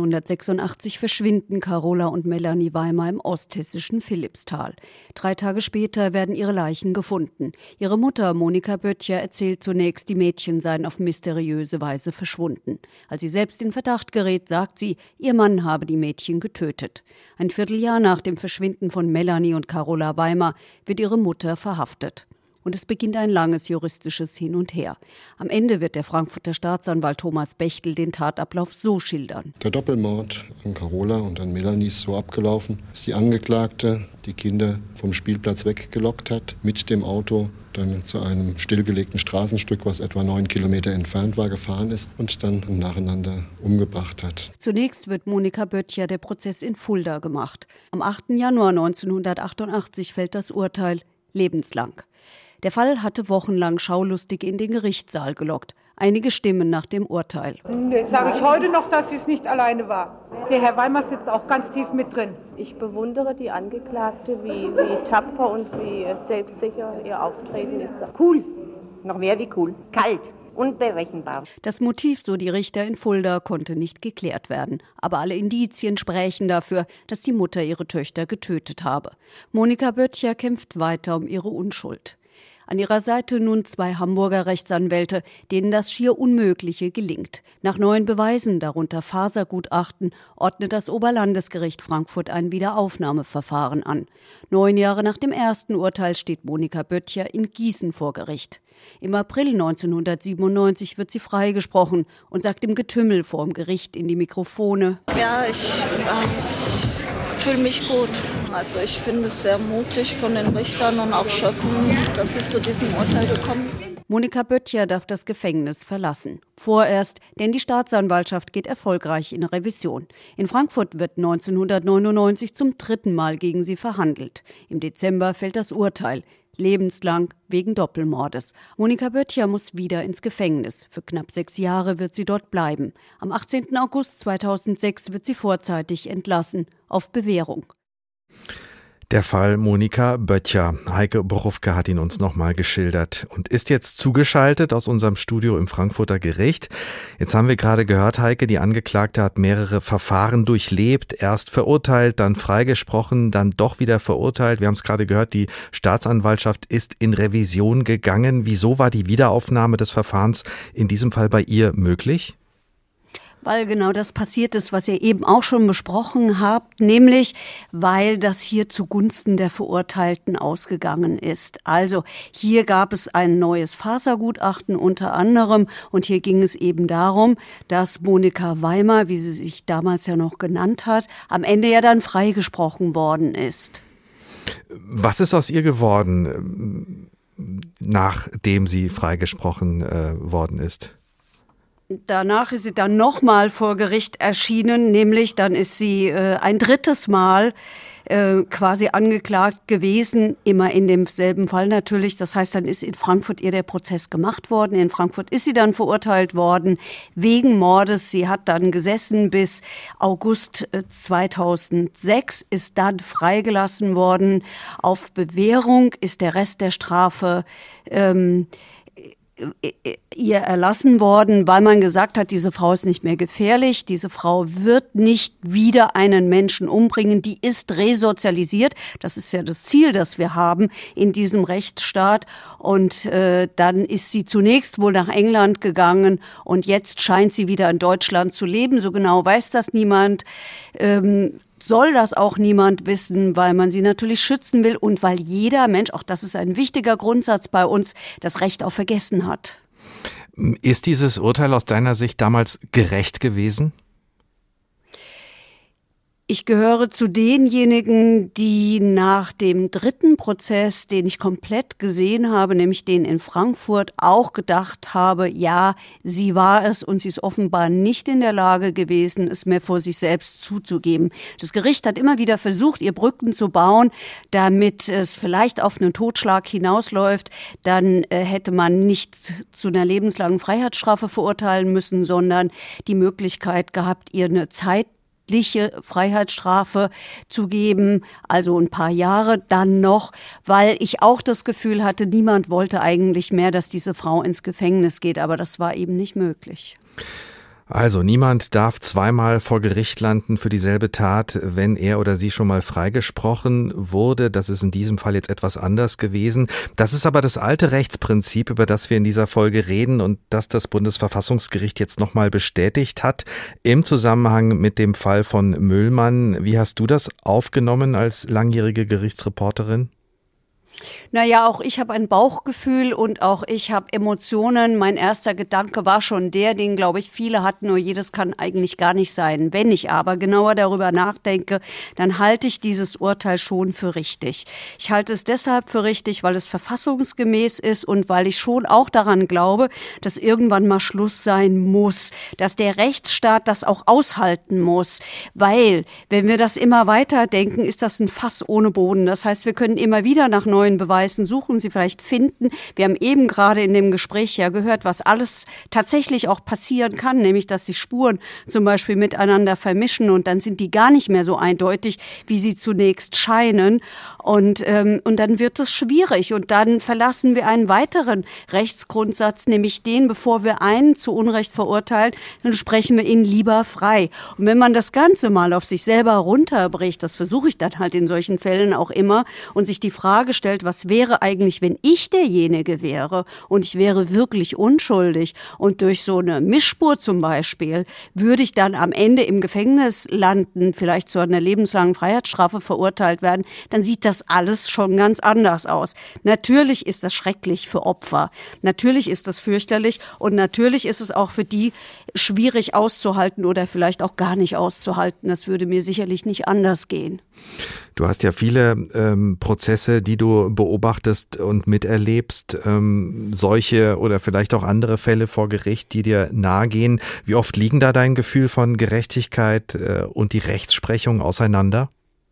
1986 verschwinden Carola und Melanie Weimar im osthessischen Philippsthal. 3 Tage später werden ihre Leichen gefunden. Ihre Mutter Monika Böttcher erzählt zunächst, die Mädchen seien auf mysteriöse Weise verschwunden. Als sie selbst in Verdacht gerät, sagt sie, ihr Mann habe die Mädchen getötet. Ein Vierteljahr nach dem Verschwinden von Melanie und Carola Weimar wird ihre Mutter verhaftet. Und es beginnt ein langes juristisches Hin und Her. Am Ende wird der Frankfurter Staatsanwalt Thomas Bechtel den Tatablauf so schildern. Der Doppelmord an Carola und an Melanie ist so abgelaufen, dass die Angeklagte die Kinder vom Spielplatz weggelockt hat, mit dem Auto dann zu einem stillgelegten Straßenstück, was etwa 9 Kilometer entfernt war, gefahren ist und dann nacheinander umgebracht hat. Zunächst wird Monika Böttcher der Prozess in Fulda gemacht. Am 8. Januar 1988 fällt das Urteil lebenslang. Der Fall hatte wochenlang Schaulustige in den Gerichtssaal gelockt. Einige Stimmen nach dem Urteil. Das sage ich heute noch, dass sie es nicht alleine war. Der Herr Weimar sitzt auch ganz tief mit drin. Ich bewundere die Angeklagte, wie tapfer und wie selbstsicher ihr Auftreten ist. Cool, noch mehr wie cool, kalt. Unberechenbar. Das Motiv, so die Richter in Fulda, konnte nicht geklärt werden. Aber alle Indizien sprächen dafür, dass die Mutter ihre Töchter getötet habe. Monika Böttcher kämpft weiter um ihre Unschuld. An ihrer Seite nun 2 Hamburger Rechtsanwälte, denen das schier Unmögliche gelingt. Nach neuen Beweisen, darunter Fasergutachten, ordnet das Oberlandesgericht Frankfurt ein Wiederaufnahmeverfahren an. 9 Jahre nach dem ersten Urteil steht Monika Böttcher in Gießen vor Gericht. Im April 1997 wird sie freigesprochen und sagt im Getümmel vor dem Gericht in die Mikrofone: Ja, ich fühle mich gut. Also ich finde es sehr mutig von den Richtern und auch Schöffen, dass sie zu diesem Urteil gekommen sind. Monika Böttcher darf das Gefängnis verlassen. Vorerst, denn die Staatsanwaltschaft geht erfolgreich in Revision. In Frankfurt wird 1999 zum 3. Mal gegen sie verhandelt. Im Dezember fällt das Urteil. Lebenslang wegen Doppelmordes. Monika Böttcher muss wieder ins Gefängnis. Für knapp 6 Jahre wird sie dort bleiben. Am 18. August 2006 wird sie vorzeitig entlassen, auf Bewährung. Der Fall Monika Böttcher. Heike Borufka hat ihn uns nochmal geschildert und ist jetzt zugeschaltet aus unserem Studio im Frankfurter Gericht. Jetzt haben wir gerade gehört, Heike, die Angeklagte hat mehrere Verfahren durchlebt, erst verurteilt, dann freigesprochen, dann doch wieder verurteilt. Wir haben es gerade gehört, die Staatsanwaltschaft ist in Revision gegangen. Wieso war die Wiederaufnahme des Verfahrens in diesem Fall bei ihr möglich? Weil genau das passiert ist, was ihr eben auch schon besprochen habt, nämlich weil das hier zugunsten der Verurteilten ausgegangen ist. Also hier gab es ein neues Fasergutachten unter anderem und hier ging es eben darum, dass Monika Weimar, wie sie sich damals ja noch genannt hat, am Ende ja dann freigesprochen worden ist. Was ist aus ihr geworden, nachdem sie freigesprochen worden ist? Danach ist sie dann nochmal vor Gericht erschienen, nämlich dann ist sie ein 3. Mal quasi angeklagt gewesen, immer in demselben Fall natürlich. Das heißt, dann ist in Frankfurt ihr der Prozess gemacht worden. In Frankfurt ist sie dann verurteilt worden wegen Mordes. Sie hat dann gesessen bis August 2006, ist dann freigelassen worden. Auf Bewährung ist der Rest der Strafe ihr erlassen worden, weil man gesagt hat, diese Frau ist nicht mehr gefährlich, diese Frau wird nicht wieder einen Menschen umbringen, die ist resozialisiert. Das ist ja das Ziel, das wir haben in diesem Rechtsstaat. Und dann ist sie zunächst wohl nach England gegangen und jetzt scheint sie wieder in Deutschland zu leben. So genau weiß das niemand. Soll das auch niemand wissen, weil man sie natürlich schützen will und weil jeder Mensch, auch das ist ein wichtiger Grundsatz bei uns, das Recht auf Vergessen hat. Ist dieses Urteil aus deiner Sicht damals gerecht gewesen? Ich gehöre zu denjenigen, die nach dem 3. Prozess, den ich komplett gesehen habe, nämlich den in Frankfurt, auch gedacht habe, ja, sie war es und sie ist offenbar nicht in der Lage gewesen, es mehr vor sich selbst zuzugeben. Das Gericht hat immer wieder versucht, ihr Brücken zu bauen, damit es vielleicht auf einen Totschlag hinausläuft. Dann hätte man nicht zu einer lebenslangen Freiheitsstrafe verurteilen müssen, sondern die Möglichkeit gehabt, ihr eine Freiheitsstrafe zu geben, also ein paar Jahre dann noch, weil ich auch das Gefühl hatte, niemand wollte eigentlich mehr, dass diese Frau ins Gefängnis geht, aber das war eben nicht möglich. Also niemand darf zweimal vor Gericht landen für dieselbe Tat, wenn er oder sie schon mal freigesprochen wurde. Das ist in diesem Fall jetzt etwas anders gewesen. Das ist aber das alte Rechtsprinzip, über das wir in dieser Folge reden und das das Bundesverfassungsgericht jetzt nochmal bestätigt hat im Zusammenhang mit dem Fall von Müllmann. Wie hast du das aufgenommen als langjährige Gerichtsreporterin? Naja, auch ich habe ein Bauchgefühl und auch ich habe Emotionen. Mein erster Gedanke war schon der, den, glaube ich, viele hatten, nur jedes kann eigentlich gar nicht sein. Wenn ich aber genauer darüber nachdenke, dann halte ich dieses Urteil schon für richtig. Ich halte es deshalb für richtig, weil es verfassungsgemäß ist und weil ich schon auch daran glaube, dass irgendwann mal Schluss sein muss, dass der Rechtsstaat das auch aushalten muss. Weil, wenn wir das immer weiter denken, ist das ein Fass ohne Boden. Das heißt, wir können immer wieder nach neuen Beweisen suchen, sie vielleicht finden. Wir haben eben gerade in dem Gespräch ja gehört, was alles tatsächlich auch passieren kann, nämlich dass sich Spuren zum Beispiel miteinander vermischen und dann sind die gar nicht mehr so eindeutig, wie sie zunächst scheinen. Und dann wird es schwierig und dann verlassen wir einen weiteren Rechtsgrundsatz, nämlich den, bevor wir einen zu Unrecht verurteilen, dann sprechen wir ihn lieber frei. Und wenn man das Ganze mal auf sich selber runterbricht, das versuche ich dann halt in solchen Fällen auch immer, und sich die Frage stellt, was wäre eigentlich, wenn ich derjenige wäre und ich wäre wirklich unschuldig und durch so eine Mischspur zum Beispiel würde ich dann am Ende im Gefängnis landen, vielleicht zu einer lebenslangen Freiheitsstrafe verurteilt werden, dann sieht das alles schon ganz anders aus. Natürlich ist das schrecklich für Opfer, natürlich ist das fürchterlich und natürlich ist es auch für die schwierig auszuhalten oder vielleicht auch gar nicht auszuhalten. Das würde mir sicherlich nicht anders gehen. Du hast ja viele Prozesse, die du beobachtest und miterlebst, solche oder vielleicht auch andere Fälle vor Gericht, die dir nahe gehen. Wie oft liegen da dein Gefühl von Gerechtigkeit und die Rechtsprechung auseinander?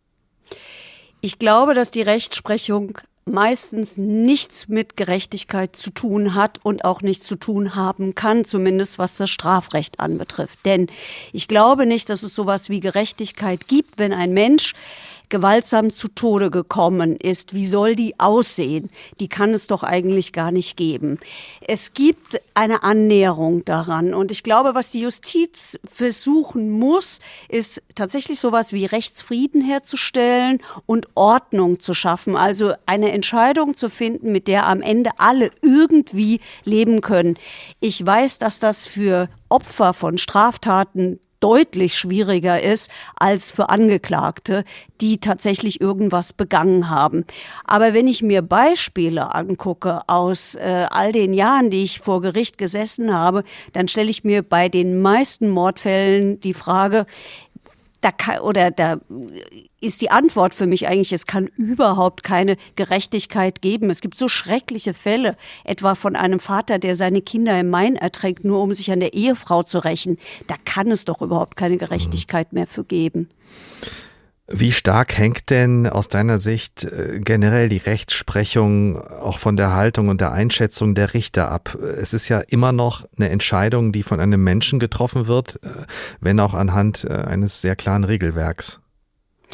Ich glaube, dass die Rechtsprechung meistens nichts mit Gerechtigkeit zu tun hat und auch nichts zu tun haben kann, zumindest was das Strafrecht anbetrifft. Denn ich glaube nicht, dass es sowas wie Gerechtigkeit gibt, wenn ein Mensch gewaltsam zu Tode gekommen ist. Wie soll die aussehen? Die kann es doch eigentlich gar nicht geben. Es gibt eine Annäherung daran. Und ich glaube, was die Justiz versuchen muss, ist tatsächlich sowas wie Rechtsfrieden herzustellen und Ordnung zu schaffen. Also eine Entscheidung zu finden, mit der am Ende alle irgendwie leben können. Ich weiß, dass das für Opfer von Straftaten deutlich schwieriger ist als für Angeklagte, die tatsächlich irgendwas begangen haben. Aber wenn ich mir Beispiele angucke aus all den Jahren, die ich vor Gericht gesessen habe, dann stelle ich mir bei den meisten Mordfällen die Frage, da ist die Antwort für mich eigentlich, es kann überhaupt keine Gerechtigkeit geben. Es gibt so schreckliche Fälle, etwa von einem Vater, der seine Kinder im Main ertränkt, nur um sich an der Ehefrau zu rächen. Da kann es doch überhaupt keine Gerechtigkeit mehr für geben. Wie stark hängt denn aus deiner Sicht generell die Rechtsprechung auch von der Haltung und der Einschätzung der Richter ab? Es ist ja immer noch eine Entscheidung, die von einem Menschen getroffen wird, wenn auch anhand eines sehr klaren Regelwerks.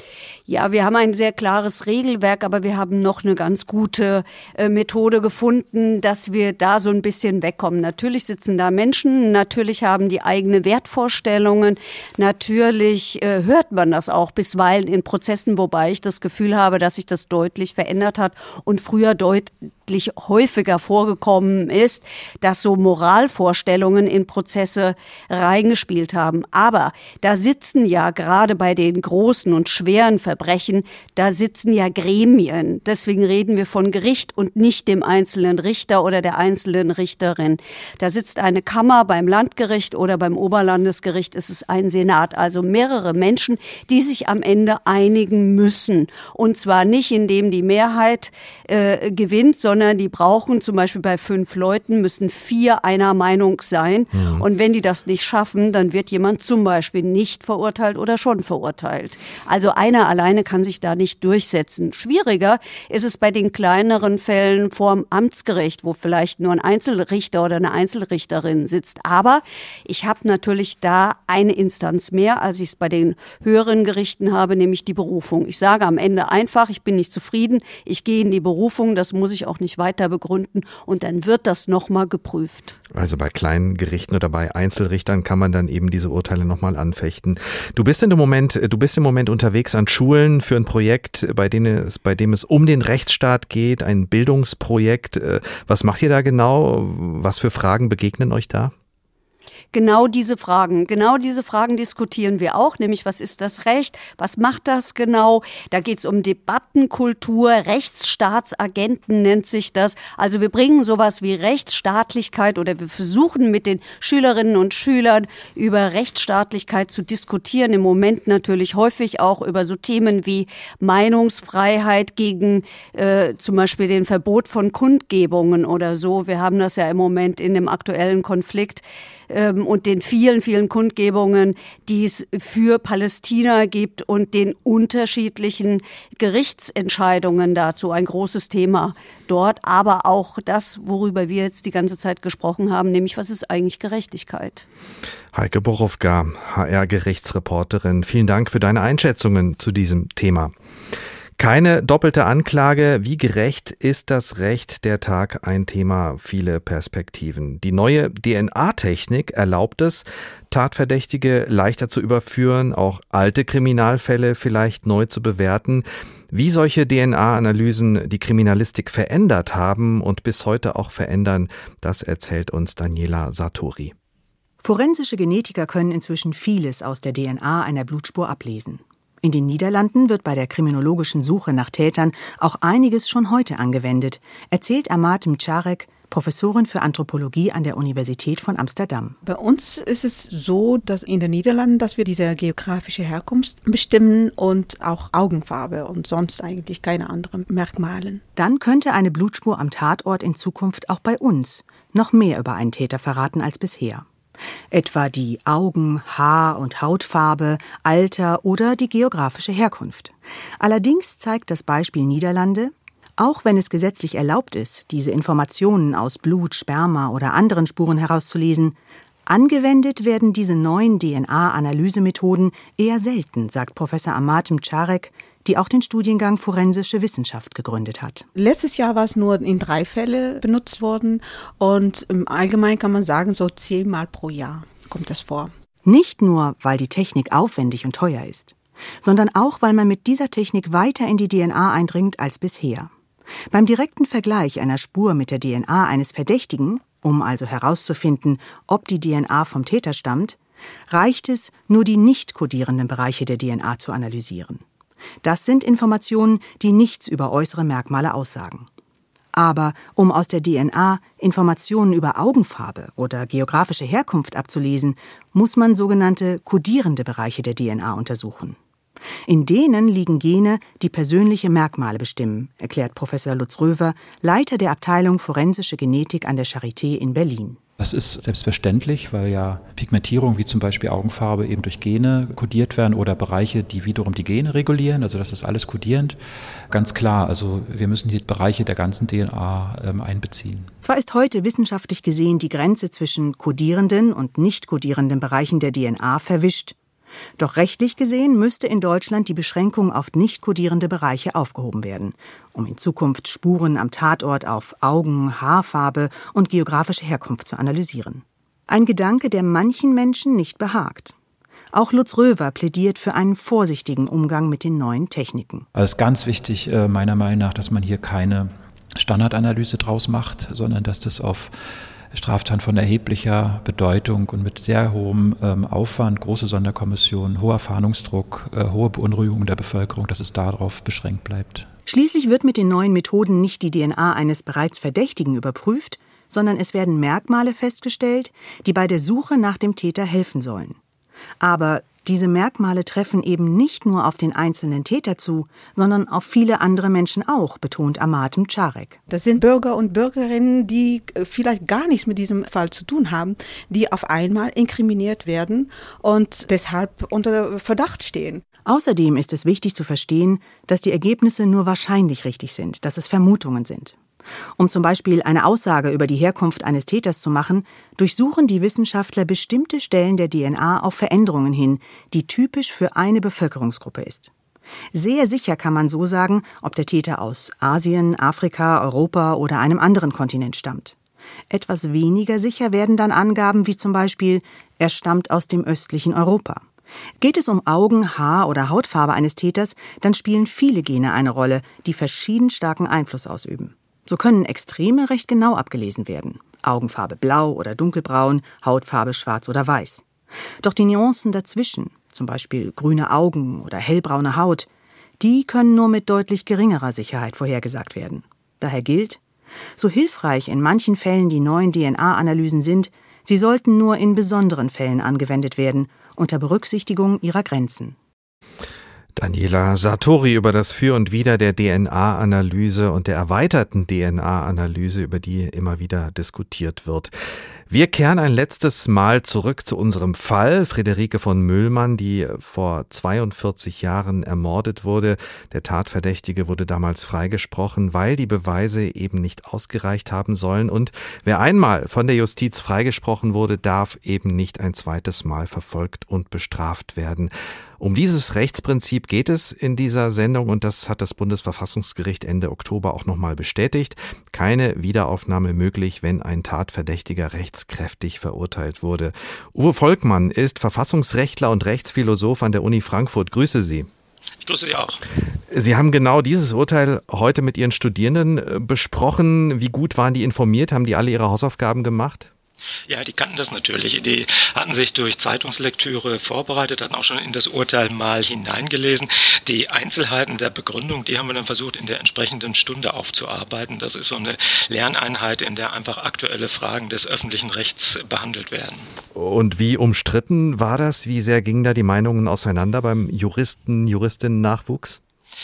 Ja, wir haben ein sehr klares Regelwerk, aber wir haben noch eine ganz gute Methode gefunden, dass wir da so ein bisschen wegkommen. Natürlich sitzen da Menschen, natürlich haben die eigene Wertvorstellungen, natürlich hört man das auch bisweilen in Prozessen, wobei ich das Gefühl habe, dass sich das deutlich verändert hat und früher deutlich häufiger vorgekommen ist, dass so Moralvorstellungen in Prozesse reingespielt haben. Aber da sitzen ja gerade bei den großen und schweren Verbrechen, da sitzen ja Gremien. Deswegen reden wir von Gericht und nicht dem einzelnen Richter oder der einzelnen Richterin. Da sitzt eine Kammer beim Landgericht oder beim Oberlandesgericht, ist es ein Senat. Also mehrere Menschen, die sich am Ende einigen müssen. Und zwar nicht, indem die Mehrheit gewinnt, sondern die brauchen zum Beispiel bei 5 Leuten, müssen 4 einer Meinung sein. Mhm. Und wenn die das nicht schaffen, dann wird jemand zum Beispiel nicht verurteilt oder schon verurteilt. Also einer alleine kann sich da nicht durchsetzen. Schwieriger ist es bei den kleineren Fällen vorm Amtsgericht, wo vielleicht nur ein Einzelrichter oder eine Einzelrichterin sitzt. Aber ich habe natürlich da eine Instanz mehr, als ich es bei den höheren Gerichten habe, nämlich die Berufung. Ich sage am Ende einfach, ich bin nicht zufrieden, ich gehe in die Berufung, das muss ich auch nicht weiter begründen und dann wird das nochmal geprüft. Also bei kleinen Gerichten oder bei Einzelrichtern kann man dann eben diese Urteile nochmal anfechten. Du bist im Moment unterwegs an Schulen für ein Projekt, bei dem es um den Rechtsstaat geht, ein Bildungsprojekt. Was macht ihr da genau? Was für Fragen begegnen euch da? Genau diese Fragen diskutieren wir auch, nämlich was ist das Recht, was macht das genau? Da geht es um Debattenkultur, Rechtsstaatsagenten nennt sich das. Also wir bringen sowas wie Rechtsstaatlichkeit oder wir versuchen mit den Schülerinnen und Schülern über Rechtsstaatlichkeit zu diskutieren. Im Moment natürlich häufig auch über so Themen wie Meinungsfreiheit gegen zum Beispiel den Verbot von Kundgebungen oder so. Wir haben das ja im Moment in dem aktuellen Konflikt und den vielen, vielen Kundgebungen, die es für Palästina gibt und den unterschiedlichen Gerichtsentscheidungen dazu. Ein großes Thema dort, aber auch das, worüber wir jetzt die ganze Zeit gesprochen haben, nämlich was ist eigentlich Gerechtigkeit? Heike Borowka, HR-Gerichtsreporterin, vielen Dank für deine Einschätzungen zu diesem Thema. Keine doppelte Anklage. Wie gerecht ist das Recht? Der Tag, ein Thema, viele Perspektiven. Die neue DNA-Technik erlaubt es, Tatverdächtige leichter zu überführen, auch alte Kriminalfälle vielleicht neu zu bewerten. Wie solche DNA-Analysen die Kriminalistik verändert haben und bis heute auch verändern, das erzählt uns Daniela Sartori. Forensische Genetiker können inzwischen vieles aus der DNA einer Blutspur ablesen. In den Niederlanden wird bei der kriminologischen Suche nach Tätern auch einiges schon heute angewendet, erzählt Amat Mcarek, Professorin für Anthropologie an der Universität von Amsterdam. Bei uns ist es so, dass in den Niederlanden, dass wir diese geografische Herkunft bestimmen und auch Augenfarbe und sonst eigentlich keine anderen Merkmale. Dann könnte eine Blutspur am Tatort in Zukunft auch bei uns noch mehr über einen Täter verraten als bisher. Etwa die Augen-, Haar- und Hautfarbe, Alter oder die geografische Herkunft. Allerdings zeigt das Beispiel Niederlande, auch wenn es gesetzlich erlaubt ist, diese Informationen aus Blut, Sperma oder anderen Spuren herauszulesen, angewendet werden diese neuen DNA-Analysemethoden eher selten, sagt Professor Amat Mcarek, die auch den Studiengang Forensische Wissenschaft gegründet hat. Letztes Jahr war es nur in 3 Fällen benutzt worden und im Allgemeinen kann man sagen, so 10 Mal pro Jahr kommt das vor. Nicht nur, weil die Technik aufwendig und teuer ist, sondern auch, weil man mit dieser Technik weiter in die DNA eindringt als bisher. Beim direkten Vergleich einer Spur mit der DNA eines Verdächtigen, um also herauszufinden, ob die DNA vom Täter stammt, reicht es, nur die nicht kodierenden Bereiche der DNA zu analysieren. Das sind Informationen, die nichts über äußere Merkmale aussagen. Aber um aus der DNA Informationen über Augenfarbe oder geografische Herkunft abzulesen, muss man sogenannte kodierende Bereiche der DNA untersuchen. In denen liegen Gene, die persönliche Merkmale bestimmen, erklärt Professor Lutz Röver, Leiter der Abteilung Forensische Genetik an der Charité in Berlin. Das ist selbstverständlich, weil ja Pigmentierung wie zum Beispiel Augenfarbe eben durch Gene kodiert werden oder Bereiche, die wiederum die Gene regulieren. Also das ist alles kodierend. Ganz klar, also wir müssen die Bereiche der ganzen DNA einbeziehen. Zwar ist heute wissenschaftlich gesehen die Grenze zwischen kodierenden und nicht kodierenden Bereichen der DNA verwischt. Doch rechtlich gesehen müsste in Deutschland die Beschränkung auf nicht kodierende Bereiche aufgehoben werden, um in Zukunft Spuren am Tatort auf Augen, Haarfarbe und geografische Herkunft zu analysieren. Ein Gedanke, der manchen Menschen nicht behagt. Auch Lutz Röver plädiert für einen vorsichtigen Umgang mit den neuen Techniken. Also es ist ganz wichtig, meiner Meinung nach, dass man hier keine Standardanalyse draus macht, sondern dass das auf Straftaten von erheblicher Bedeutung und mit sehr hohem Aufwand, große Sonderkommission, hoher Fahndungsdruck, hohe Beunruhigung der Bevölkerung, dass es darauf beschränkt bleibt. Schließlich wird mit den neuen Methoden nicht die DNA eines bereits Verdächtigen überprüft, sondern es werden Merkmale festgestellt, die bei der Suche nach dem Täter helfen sollen. Aber diese Merkmale treffen eben nicht nur auf den einzelnen Täter zu, sondern auf viele andere Menschen auch, betont Amat Mczarek. Das sind Bürger und Bürgerinnen, die vielleicht gar nichts mit diesem Fall zu tun haben, die auf einmal inkriminiert werden und deshalb unter Verdacht stehen. Außerdem ist es wichtig zu verstehen, dass die Ergebnisse nur wahrscheinlich richtig sind, dass es Vermutungen sind. Um zum Beispiel eine Aussage über die Herkunft eines Täters zu machen, durchsuchen die Wissenschaftler bestimmte Stellen der DNA auf Veränderungen hin, die typisch für eine Bevölkerungsgruppe ist. Sehr sicher kann man so sagen, ob der Täter aus Asien, Afrika, Europa oder einem anderen Kontinent stammt. Etwas weniger sicher werden dann Angaben wie zum Beispiel, er stammt aus dem östlichen Europa. Geht es um Augen-, Haar- oder Hautfarbe eines Täters, dann spielen viele Gene eine Rolle, die verschieden starken Einfluss ausüben. So können Extreme recht genau abgelesen werden. Augenfarbe blau oder dunkelbraun, Hautfarbe schwarz oder weiß. Doch die Nuancen dazwischen, zum Beispiel grüne Augen oder hellbraune Haut, die können nur mit deutlich geringerer Sicherheit vorhergesagt werden. Daher gilt, so hilfreich in manchen Fällen die neuen DNA-Analysen sind, sie sollten nur in besonderen Fällen angewendet werden, unter Berücksichtigung ihrer Grenzen. Daniela Sartori über das Für und Wider der DNA-Analyse und der erweiterten DNA-Analyse, über die immer wieder diskutiert wird. Wir kehren ein letztes Mal zurück zu unserem Fall. Friederike von Möhlmann, die vor 42 Jahren ermordet wurde. Der Tatverdächtige wurde damals freigesprochen, weil die Beweise eben nicht ausgereicht haben sollen. Und wer einmal von der Justiz freigesprochen wurde, darf eben nicht ein zweites Mal verfolgt und bestraft werden. Um dieses Rechtsprinzip geht es in dieser Sendung und das hat das Bundesverfassungsgericht Ende Oktober auch nochmal bestätigt. Keine Wiederaufnahme möglich, wenn ein Tatverdächtiger rechtskräftig verurteilt wurde. Uwe Volkmann ist Verfassungsrechtler und Rechtsphilosoph an der Uni Frankfurt. Grüße Sie. Ich grüße Sie auch. Sie haben genau dieses Urteil heute mit Ihren Studierenden besprochen. Wie gut waren die informiert? Haben die alle ihre Hausaufgaben gemacht? Ja, die kannten das natürlich. Die hatten sich durch Zeitungslektüre vorbereitet, hatten auch schon in das Urteil mal hineingelesen. Die Einzelheiten der Begründung, die haben wir dann versucht, in der entsprechenden Stunde aufzuarbeiten. Das ist so eine Lerneinheit, in der einfach aktuelle Fragen des öffentlichen Rechts behandelt werden. Und wie umstritten war das? Wie sehr gingen da die Meinungen auseinander beim Juristinnen-Nachwuchs?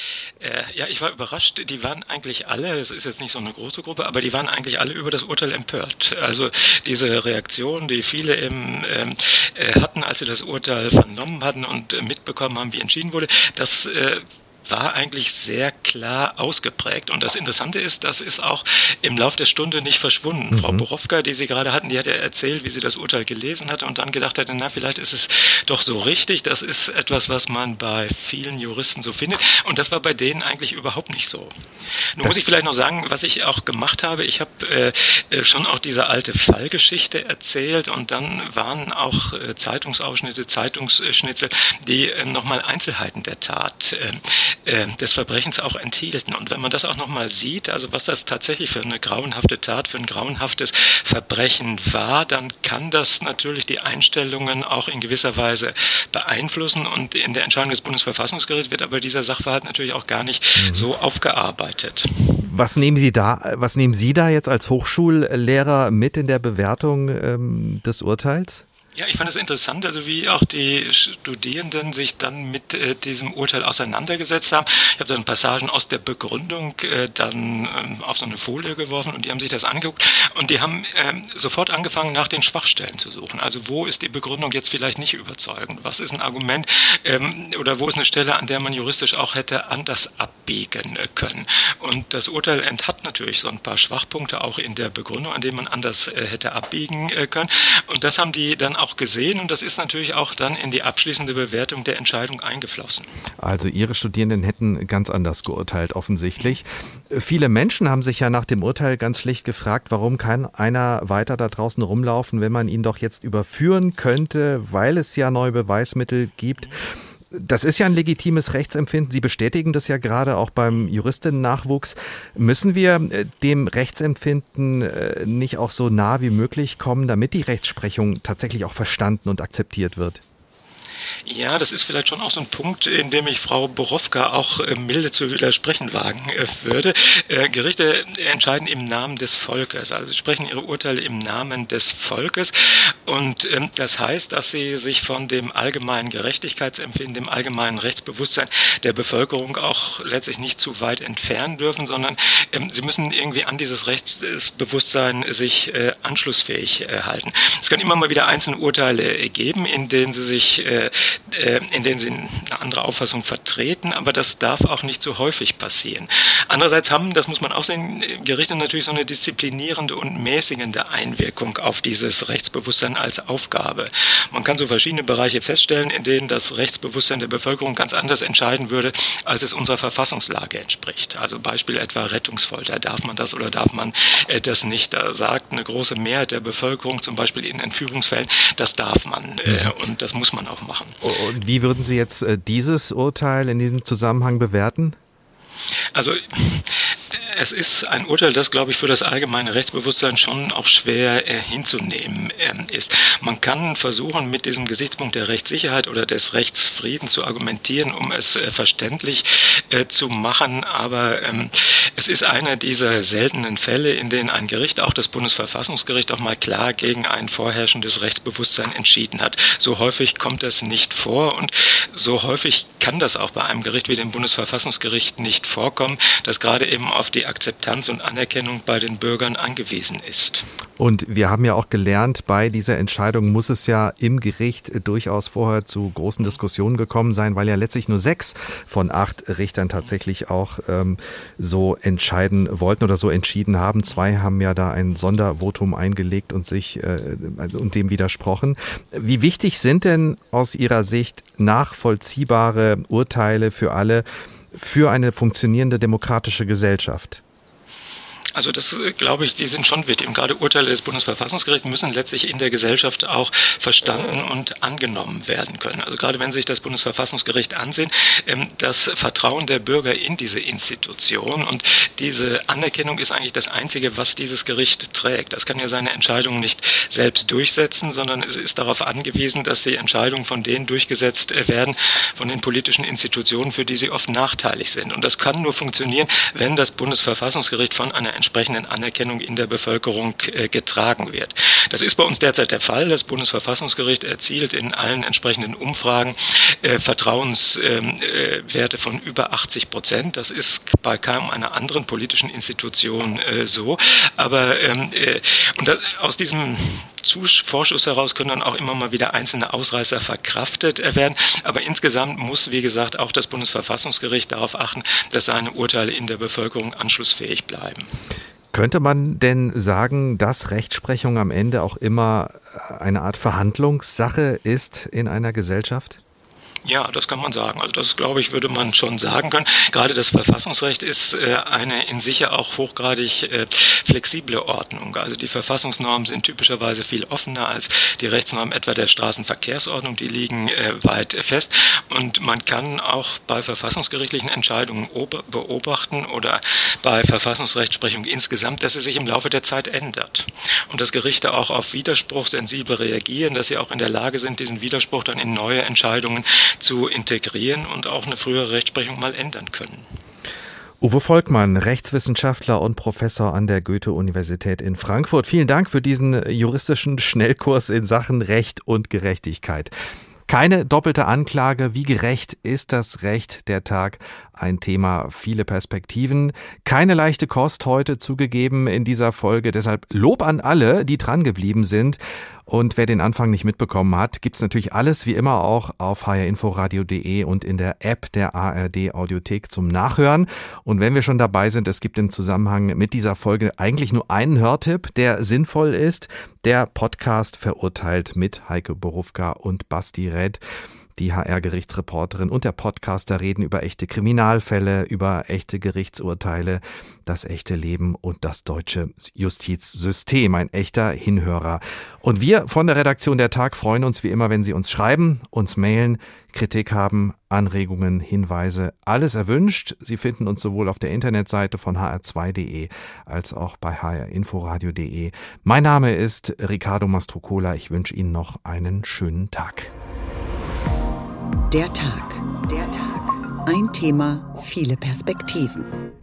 Ja, ich war überrascht. Die waren eigentlich alle, es ist jetzt nicht so eine große Gruppe, aber die waren eigentlich alle über das Urteil empört. Also diese Reaktion, die viele eben hatten, als sie das Urteil vernommen hatten und mitbekommen haben, wie entschieden wurde, das war eigentlich sehr klar ausgeprägt. Und das Interessante ist, das ist auch im Lauf der Stunde nicht verschwunden. Frau Borowka, die Sie gerade hatten, die hat ja erzählt, wie sie das Urteil gelesen hatte und dann gedacht hatte, na, vielleicht ist es doch so richtig. Das ist etwas, was man bei vielen Juristen so findet. Und das war bei denen eigentlich überhaupt nicht so. Nun muss ich vielleicht noch sagen, was ich auch gemacht habe. Ich habe schon auch diese alte Fallgeschichte erzählt und dann waren auch Zeitungsausschnitte, Zeitungsschnitzel, die nochmal Einzelheiten der Tat des Verbrechens auch enthielten. Und wenn man das auch nochmal sieht, also was das tatsächlich für eine grauenhafte Tat, für ein grauenhaftes Verbrechen war, dann kann das natürlich die Einstellungen auch in gewisser Weise beeinflussen. Und in der Entscheidung des Bundesverfassungsgerichts wird aber dieser Sachverhalt natürlich auch gar nicht so aufgearbeitet. Was nehmen Sie da jetzt als Hochschullehrer mit in der Bewertung des Urteils? Ja, ich fand es interessant, also wie auch die Studierenden sich dann mit diesem Urteil auseinandergesetzt haben. Ich habe dann Passagen aus der Begründung dann auf so eine Folie geworfen und die haben sich das angeguckt und die haben sofort angefangen, nach den Schwachstellen zu suchen. Also wo ist die Begründung jetzt vielleicht nicht überzeugend? Was ist ein Argument oder wo ist eine Stelle, an der man juristisch auch hätte anders abbiegen können. Und das Urteil hat natürlich so ein paar Schwachpunkte auch in der Begründung, an denen man anders hätte abbiegen können. Und das haben die dann auch gesehen und das ist natürlich auch dann in die abschließende Bewertung der Entscheidung eingeflossen. Also Ihre Studierenden hätten ganz anders geurteilt, offensichtlich. Viele Menschen haben sich ja nach dem Urteil ganz schlicht gefragt, warum kann einer weiter da draußen rumlaufen, wenn man ihn doch jetzt überführen könnte, weil es ja neue Beweismittel gibt. Das ist ja ein legitimes Rechtsempfinden. Sie bestätigen das ja gerade auch beim Juristinnen-Nachwuchs. Müssen wir dem Rechtsempfinden nicht auch so nah wie möglich kommen, damit die Rechtsprechung tatsächlich auch verstanden und akzeptiert wird? Ja, das ist vielleicht schon auch so ein Punkt, in dem ich Frau Borowka auch milde zu widersprechen wagen würde. Gerichte entscheiden im Namen des Volkes, also sie sprechen ihre Urteile im Namen des Volkes und das heißt, dass sie sich von dem allgemeinen Gerechtigkeitsempfinden, dem allgemeinen Rechtsbewusstsein der Bevölkerung auch letztlich nicht zu weit entfernen dürfen, sondern sie müssen irgendwie an dieses Rechtsbewusstsein sich anschlussfähig halten. Es kann immer mal wieder einzelne Urteile geben, in denen sie eine andere Auffassung vertreten, aber das darf auch nicht so häufig passieren. Andererseits haben, das muss man auch sehen, Gerichte natürlich so eine disziplinierende und mäßigende Einwirkung auf dieses Rechtsbewusstsein als Aufgabe. Man kann so verschiedene Bereiche feststellen, in denen das Rechtsbewusstsein der Bevölkerung ganz anders entscheiden würde, als es unserer Verfassungslage entspricht. Also Beispiel etwa Rettungsfolter. Darf man das oder darf man das nicht? Da sagt eine große Mehrheit der Bevölkerung, zum Beispiel in Entführungsfällen, das darf man und das muss man auch machen. Und wie würden Sie jetzt dieses Urteil in diesem Zusammenhang bewerten? Also es ist ein Urteil, das, glaube ich, für das allgemeine Rechtsbewusstsein schon auch schwer hinzunehmen ist. Man kann versuchen, mit diesem Gesichtspunkt der Rechtssicherheit oder des Rechtsfriedens zu argumentieren, um es verständlich zu machen, aber es ist einer dieser seltenen Fälle, in denen ein Gericht, auch das Bundesverfassungsgericht, auch mal klar gegen ein vorherrschendes Rechtsbewusstsein entschieden hat. So häufig kommt das nicht vor und so häufig kann das auch bei einem Gericht wie dem Bundesverfassungsgericht nicht vorkommen, das gerade eben auf die Akzeptanz und Anerkennung bei den Bürgern angewiesen ist. Und wir haben ja auch gelernt, bei dieser Entscheidung muss es ja im Gericht durchaus vorher zu großen Diskussionen gekommen sein, weil ja letztlich nur 6 von 8 Richtern tatsächlich auch so entscheiden wollten oder so entschieden haben. 2 haben ja da ein Sondervotum eingelegt und sich und dem widersprochen. Wie wichtig sind denn aus Ihrer Sicht nachvollziehbare Urteile für alle, für eine funktionierende demokratische Gesellschaft? Also das glaube ich, die sind schon wichtig. Gerade Urteile des Bundesverfassungsgerichts müssen letztlich in der Gesellschaft auch verstanden und angenommen werden können. Also gerade wenn Sie sich das Bundesverfassungsgericht ansehen, das Vertrauen der Bürger in diese Institution und diese Anerkennung ist eigentlich das Einzige, was dieses Gericht trägt. Das kann ja seine Entscheidungen nicht selbst durchsetzen, sondern es ist darauf angewiesen, dass die Entscheidungen von denen durchgesetzt werden, von den politischen Institutionen, für die sie oft nachteilig sind. Und das kann nur funktionieren, wenn das Bundesverfassungsgericht von einer entsprechenden Anerkennung in der Bevölkerung getragen wird. Das ist bei uns derzeit der Fall. Das Bundesverfassungsgericht erzielt in allen entsprechenden Umfragen Vertrauenswerte von über 80%. Das ist bei keinem einer anderen politischen Institution so. Aber aus diesem Vorschuss heraus können dann auch immer mal wieder einzelne Ausreißer verkraftet werden. Aber insgesamt muss, wie gesagt, auch das Bundesverfassungsgericht darauf achten, dass seine Urteile in der Bevölkerung anschlussfähig bleiben. Könnte man denn sagen, dass Rechtsprechung am Ende auch immer eine Art Verhandlungssache ist in einer Gesellschaft? Ja, das kann man sagen. Also das, glaube ich, würde man schon sagen können. Gerade das Verfassungsrecht ist eine in sich ja auch hochgradig flexible Ordnung. Also die Verfassungsnormen sind typischerweise viel offener als die Rechtsnormen etwa der Straßenverkehrsordnung. Die liegen weit fest. Und man kann auch bei verfassungsgerichtlichen Entscheidungen beobachten oder bei Verfassungsrechtsprechung insgesamt, dass sie sich im Laufe der Zeit ändert. Und dass Gerichte auch auf Widerspruch sensibel reagieren, dass sie auch in der Lage sind, diesen Widerspruch dann in neue Entscheidungen zu integrieren und auch eine frühere Rechtsprechung mal ändern können. Uwe Volkmann, Rechtswissenschaftler und Professor an der Goethe-Universität in Frankfurt. Vielen Dank für diesen juristischen Schnellkurs in Sachen Recht und Gerechtigkeit. Keine doppelte Anklage. Wie gerecht ist das Recht? Der Tag Ein Thema, viele Perspektiven. Keine leichte Kost heute zugegeben in dieser Folge. Deshalb Lob an alle, die dran geblieben sind. Und wer den Anfang nicht mitbekommen hat, gibt's natürlich alles wie immer auch auf hrinforadio.de und in der App der ARD Audiothek zum Nachhören. Und wenn wir schon dabei sind, es gibt im Zusammenhang mit dieser Folge eigentlich nur einen Hörtipp, der sinnvoll ist. Der Podcast Verurteilt mit Heike Borufka und Basti Red. Die HR-Gerichtsreporterin und der Podcaster reden über echte Kriminalfälle, über echte Gerichtsurteile, das echte Leben und das deutsche Justizsystem. Ein echter Hinhörer. Und wir von der Redaktion der Tag freuen uns wie immer, wenn Sie uns schreiben, uns mailen, Kritik haben, Anregungen, Hinweise, alles erwünscht. Sie finden uns sowohl auf der Internetseite von hr2.de als auch bei hrinforadio.de. Mein Name ist Riccardo Mastrocola. Ich wünsche Ihnen noch einen schönen Tag. Der Tag. Ein Thema, viele Perspektiven.